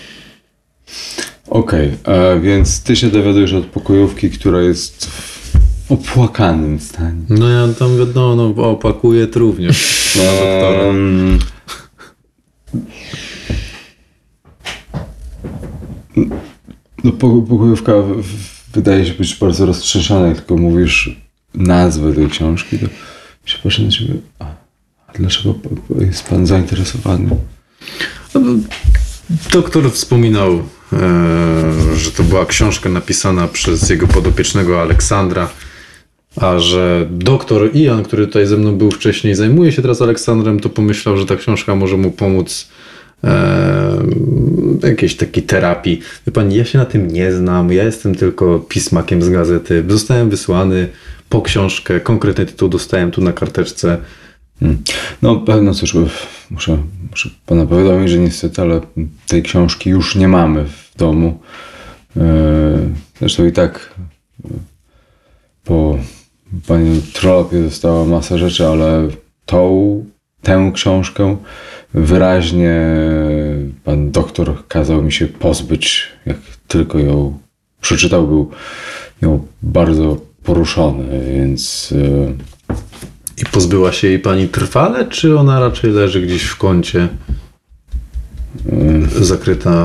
Okej, więc ty się dowiadujesz od pokojówki, która jest w opłakanym stanie. No ja tam wiadomo, opakuję również. Doktora. No pokojówka wydaje się być bardzo roztrzęsiona, jak tylko mówisz nazwę tej książki, to się patrzy na ciebie. A dlaczego jest pan zainteresowany? Doktor wspominał, że to była książka napisana przez jego podopiecznego Aleksandra, a że doktor Ian, który tutaj ze mną był wcześniej, zajmuje się teraz Aleksandrem, to pomyślał, że ta książka może mu pomóc jakiejś takiej terapii. Wie pani, ja się na tym nie znam, ja jestem tylko pismakiem z gazety. Zostałem wysłany po książkę, konkretny tytuł dostałem tu na karteczce. No cóż, muszę pana powiadomić, że niestety, ale tej książki już nie mamy w domu. Zresztą i tak po pani Trollopie została masa rzeczy, ale tę książkę wyraźnie pan doktor kazał mi się pozbyć, jak tylko ją przeczytał, był ją bardzo poruszony, więc... I pozbyła się jej pani trwale, czy ona raczej leży gdzieś w kącie, zakryta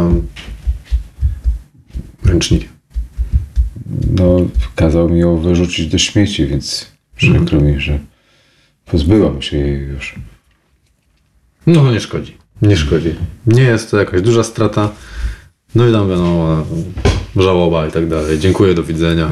ręcznikiem? No, kazał mi ją wyrzucić do śmieci, więc przykro mi, że pozbyłam się jej już. No to nie szkodzi. Nie szkodzi. Nie jest to jakaś duża strata. No i tam wiadomo, żałoba i tak dalej. Dziękuję, do widzenia.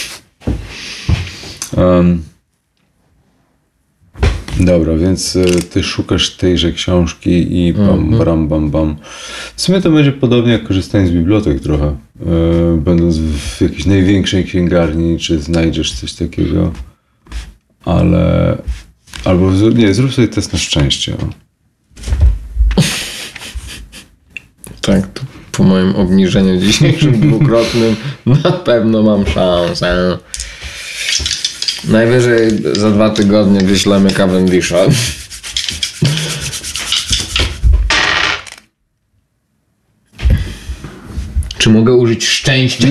Dobra, więc ty szukasz tejże książki i bam. W sumie to będzie podobnie jak korzystanie z bibliotek trochę. Będąc w jakiejś największej księgarni, czy znajdziesz coś takiego, ale... Albo nie, zrób sobie test na szczęście. Tak, to po moim obniżeniu dzisiejszym dwukrotnym na pewno mam szansę. Najwyżej za 2 tygodnie wyślemy Cavendisha. Czy mogę użyć szczęścia?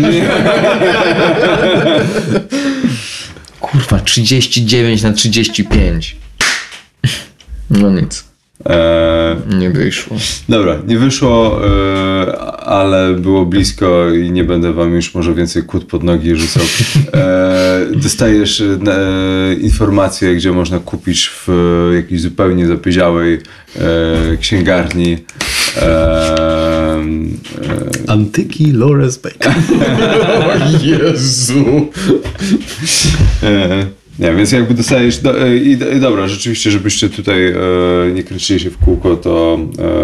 Kurwa, 39 na 35. No nic. Nie wyszło. Dobra, nie wyszło, ale było blisko i nie będę wam już może więcej kłód pod nogi rzucał. Dostajesz informację, gdzie można kupić w jakiejś zupełnie zapyziałej księgarni Antyki Lawrence Bacon. O Jezu. Nie, więc jakby dostajesz... I dobra, rzeczywiście, żebyście tutaj nie kręcili się w kółko, to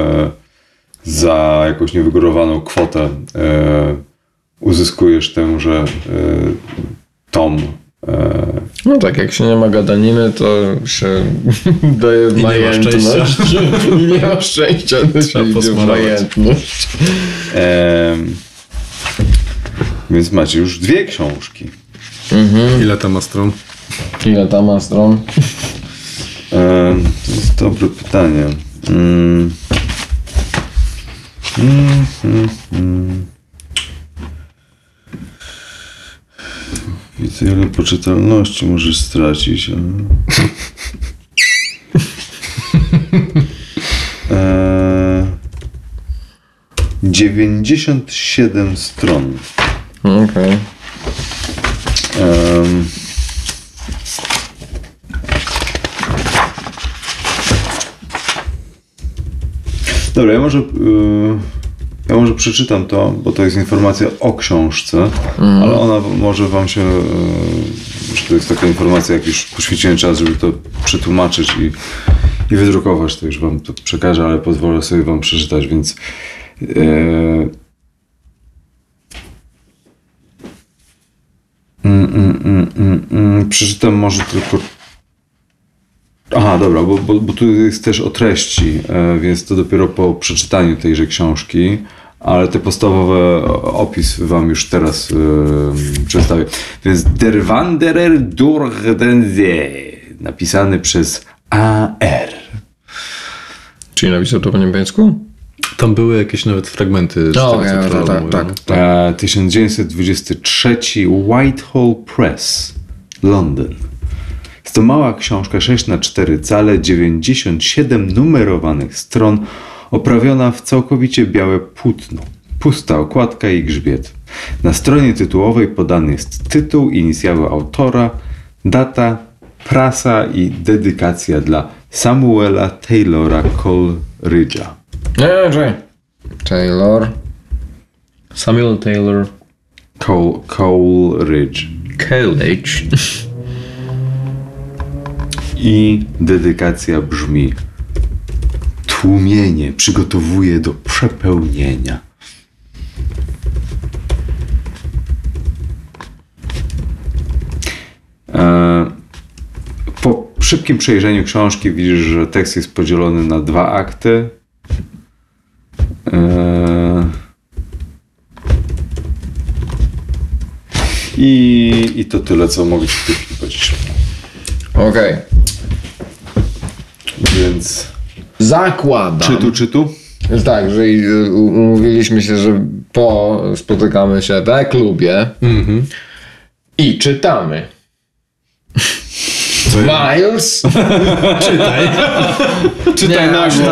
za jakąś niewygórowaną kwotę uzyskujesz tenże tom. No tak, jak się nie ma gadaniny, to się daje I nie ma majętność. I nie ma szczęścia, to się idzie w majętność. Więc macie już 2 książki. Ile tam ma stron? Ile tam ma stron? To jest dobre pytanie. Widzę, ile poczytalności możesz stracić. 97 stron. Okej. Dobra, ja może przeczytam to, bo to jest informacja o książce, ale ona może wam się, że to jest taka informacja, jak już poświęciłem czas, żeby to przetłumaczyć i wydrukować, to już wam to przekażę, ale pozwolę sobie wam przeczytać, więc przeczytam może tylko... Aha, dobra, bo tu jest też o treści, więc to dopiero po przeczytaniu tejże książki, ale te podstawowe opis wam już teraz przedstawię. Więc Der Wanderer durch den See, napisany przez A.R. Czyli napisał to po niemiecku? Tam były jakieś nawet fragmenty z tego, co Troll mówił. tak. 1923 Whitehall Press, Londyn. Jest to mała książka 6x4 cale, 97 numerowanych stron, oprawiona w całkowicie białe płótno. Pusta okładka i grzbiet. Na stronie tytułowej podany jest tytuł, inicjały autora, data, prasa i dedykacja dla Samuela Taylora Coleridge'a. Samuel Taylor Coleridge. Coleridge. I dedykacja brzmi: tłumienie przygotowuje do przepełnienia. Po szybkim przejrzeniu książki widzisz, że tekst jest podzielony na 2 akty. I to tyle, co mogę ci w tej chwili powiedzieć. Okej. Więc Zakładam. czytu? Że tak, że umówiliśmy się, że spotykamy się w klubie i czytamy. Miles? Czytaj. Czytaj na głos.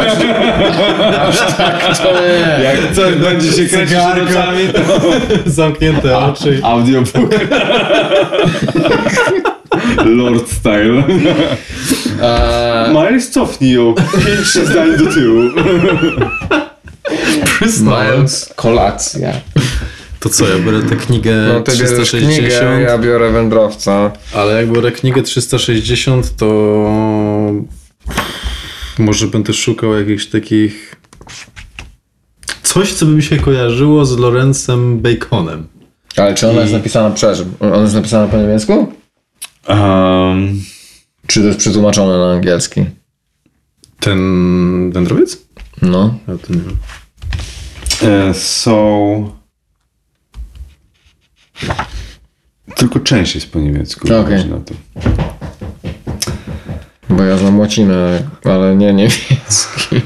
Aż tak to nie. Jak coś będzie się kręcić Cygarko. oczami, to Zamknięte oczy. audiobook. Lord style. Miles, cofnij ją 5 zdań do tyłu. Miles, kolacja. To co, ja biorę tę knigę No ty bierzesz 360, knigę, ja biorę wędrowca. ale jak biorę knigę 360, to może będę szukał jakichś takich... Coś, co by mi się kojarzyło z Lawrence'em Baconem. Ale czy ona jest napisana, przepraszam, ona jest napisana po niemiecku? Czy to jest przetłumaczone na angielski? Ten wędrowiec? No. Ja to nie wiem. Tylko część jest po niemiecku. Okej. chodzi na to. Bo ja znam łacinę, ale nie niemiecki.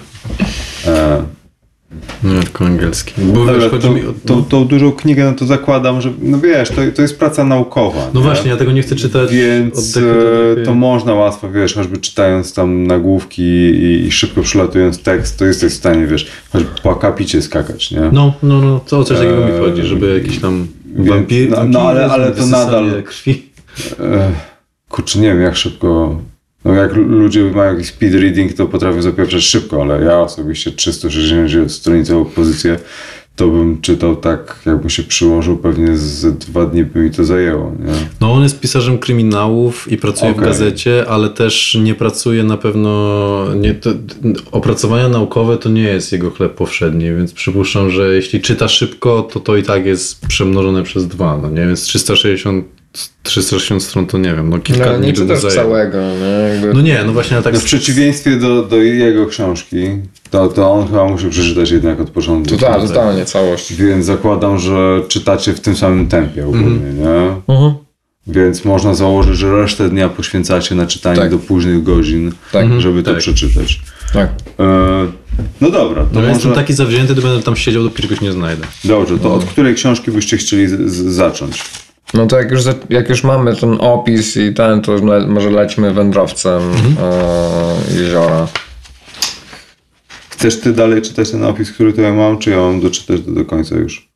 Nie, tylko angielski. Bo Dobra, wiesz, chodzi mi o... tą dużą knigę, no to zakładam, że no wiesz, to jest praca naukowa. No nie? właśnie, ja tego nie chcę czytać Więc od dechy do dechy. to można łatwo, wiesz, choćby czytając tam nagłówki i szybko przelatując tekst, to jesteś w stanie, wiesz, choćby po akapicie skakać, nie? No, to o coś takiego mi chodzi, żeby jakiś tam wampir... ale to nadal... krwi. Kurczę, nie wiem jak szybko... No jak ludzie mają jakiś speed reading, to potrafią zapieprzać szybko, ale ja osobiście 360 stronicową pozycję to bym czytał tak, jakbym się przyłożył, pewnie z 2 dni by mi to zajęło, nie? No on jest pisarzem kryminałów i pracuje w Okej. gazecie, ale też nie pracuje na pewno... Opracowania naukowe to nie jest jego chleb powszedni, więc przypuszczam, że jeśli czyta szybko, to i tak jest przemnożone przez 2, no nie? Więc 360 stron to nie wiem, no kilka No, dni nie by czytasz zajęło. całego, nie? Jakby... No nie, no właśnie, ale tak... No w przeciwieństwie do jego książki, to on chyba musi przeczytać jednak od początku. Totalnie, całość. Więc zakładam, że czytacie w tym samym tempie ogólnie, nie? Więc można założyć, że resztę dnia poświęcacie na czytanie Tak. do późnych godzin, Tak. żeby to Tak. przeczytać. Tak. No dobra, to No ja jestem może... taki zawzięty, to będę tam siedział, dopóki czegoś nie znajdę. Dobrze, to od której książki byście chcieli zacząć? No to jak już mamy ten opis i ten, to może lećmy wędrowcem jeziora. Chcesz ty dalej czytać ten opis, który tutaj mam, czy ja mam doczytać do końca już?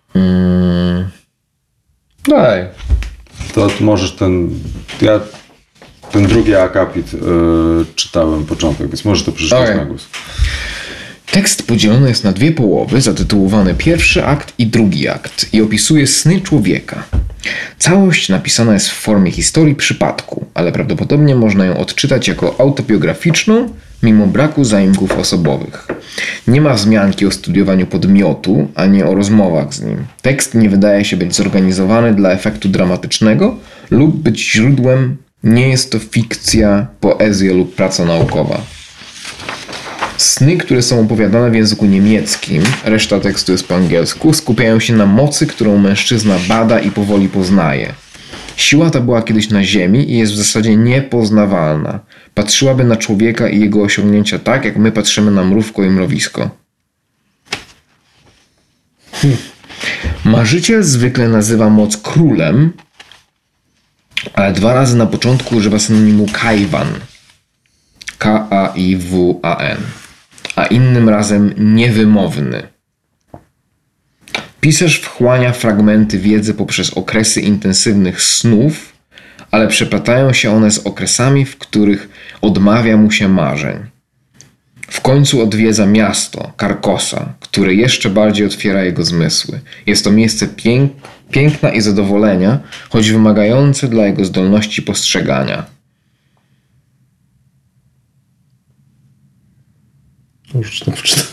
Daj. To możesz ja ten drugi akapit czytałem początek, więc możesz to przeczytać Okej. na głos. Tekst podzielony jest na 2 połowy, zatytułowane pierwszy akt i drugi akt i opisuje sny człowieka. Całość napisana jest w formie historii przypadku, ale prawdopodobnie można ją odczytać jako autobiograficzną, mimo braku zaimków osobowych. Nie ma wzmianki o studiowaniu podmiotu, ani o rozmowach z nim. Tekst nie wydaje się być zorganizowany dla efektu dramatycznego lub być źródłem, nie jest to fikcja, poezja lub praca naukowa. Sny, które są opowiadane w języku niemieckim, reszta tekstu jest po angielsku, skupiają się na mocy, którą mężczyzna bada i powoli poznaje. Siła ta była kiedyś na ziemi i jest w zasadzie niepoznawalna. Patrzyłaby na człowieka i jego osiągnięcia tak, jak my patrzymy na mrówko i mrowisko. Marzyciel zwykle nazywa moc królem, ale 2 razy na początku używa synonimu kaiwan. K-A-I-W-A-N. A innym razem niewymowny. Pisarz wchłania fragmenty wiedzy poprzez okresy intensywnych snów, ale przeplatają się one z okresami, w których odmawia mu się marzeń. W końcu odwiedza miasto, Karkosa, które jeszcze bardziej otwiera jego zmysły. Jest to miejsce piękna i zadowolenia, choć wymagające dla jego zdolności postrzegania. Już to przeczytam.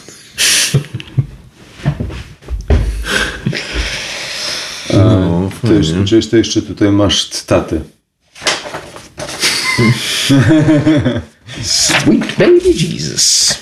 No, fajnie. Czyż to jeszcze tutaj masz cytaty? Sweet baby Jesus.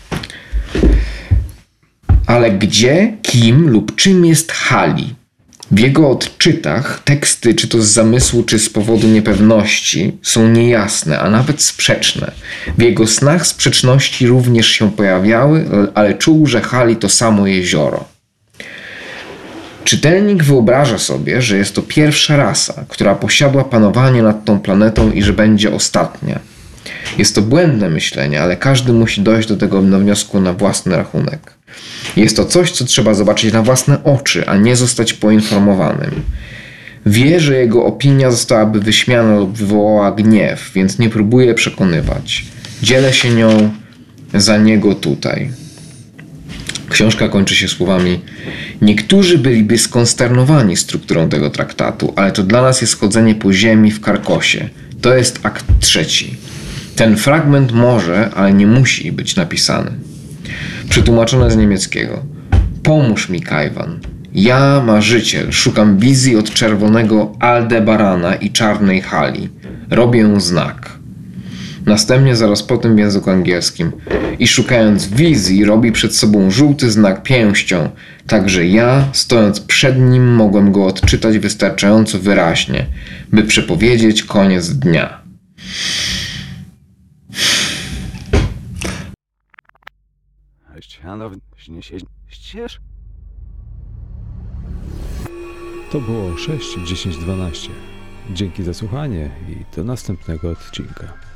Ale gdzie, kim lub czym jest Hali? W jego odczytach teksty, czy to z zamysłu, czy z powodu niepewności, są niejasne, a nawet sprzeczne. W jego snach sprzeczności również się pojawiały, ale czuł, że Hali to samo jezioro. Czytelnik wyobraża sobie, że jest to pierwsza rasa, która posiadła panowanie nad tą planetą i że będzie ostatnia. Jest to błędne myślenie, ale każdy musi dojść do tego wniosku na własny rachunek. Jest to coś, co trzeba zobaczyć na własne oczy, a nie zostać poinformowanym. Wie, że jego opinia zostałaby wyśmiana lub wywołała gniew, więc nie próbuje przekonywać. Dzielę się nią za niego tutaj. Książka kończy się słowami: niektórzy byliby skonsternowani strukturą tego traktatu, ale to dla nas jest chodzenie po ziemi w Karkosie. To jest akt 3. Ten fragment może, ale nie musi być napisany. Przetłumaczone z niemieckiego. Pomóż mi, Kajwan. Ja, marzyciel, szukam wizji od czerwonego Aldebarana i czarnej Hali. Robię znak. Następnie zaraz potem w języku angielskim. I szukając wizji robi przed sobą żółty znak pięścią, tak że ja, stojąc przed nim, mogłem go odczytać wystarczająco wyraźnie, by przepowiedzieć koniec dnia. To było 6, 10, 12. Dzięki za słuchanie i do następnego odcinka.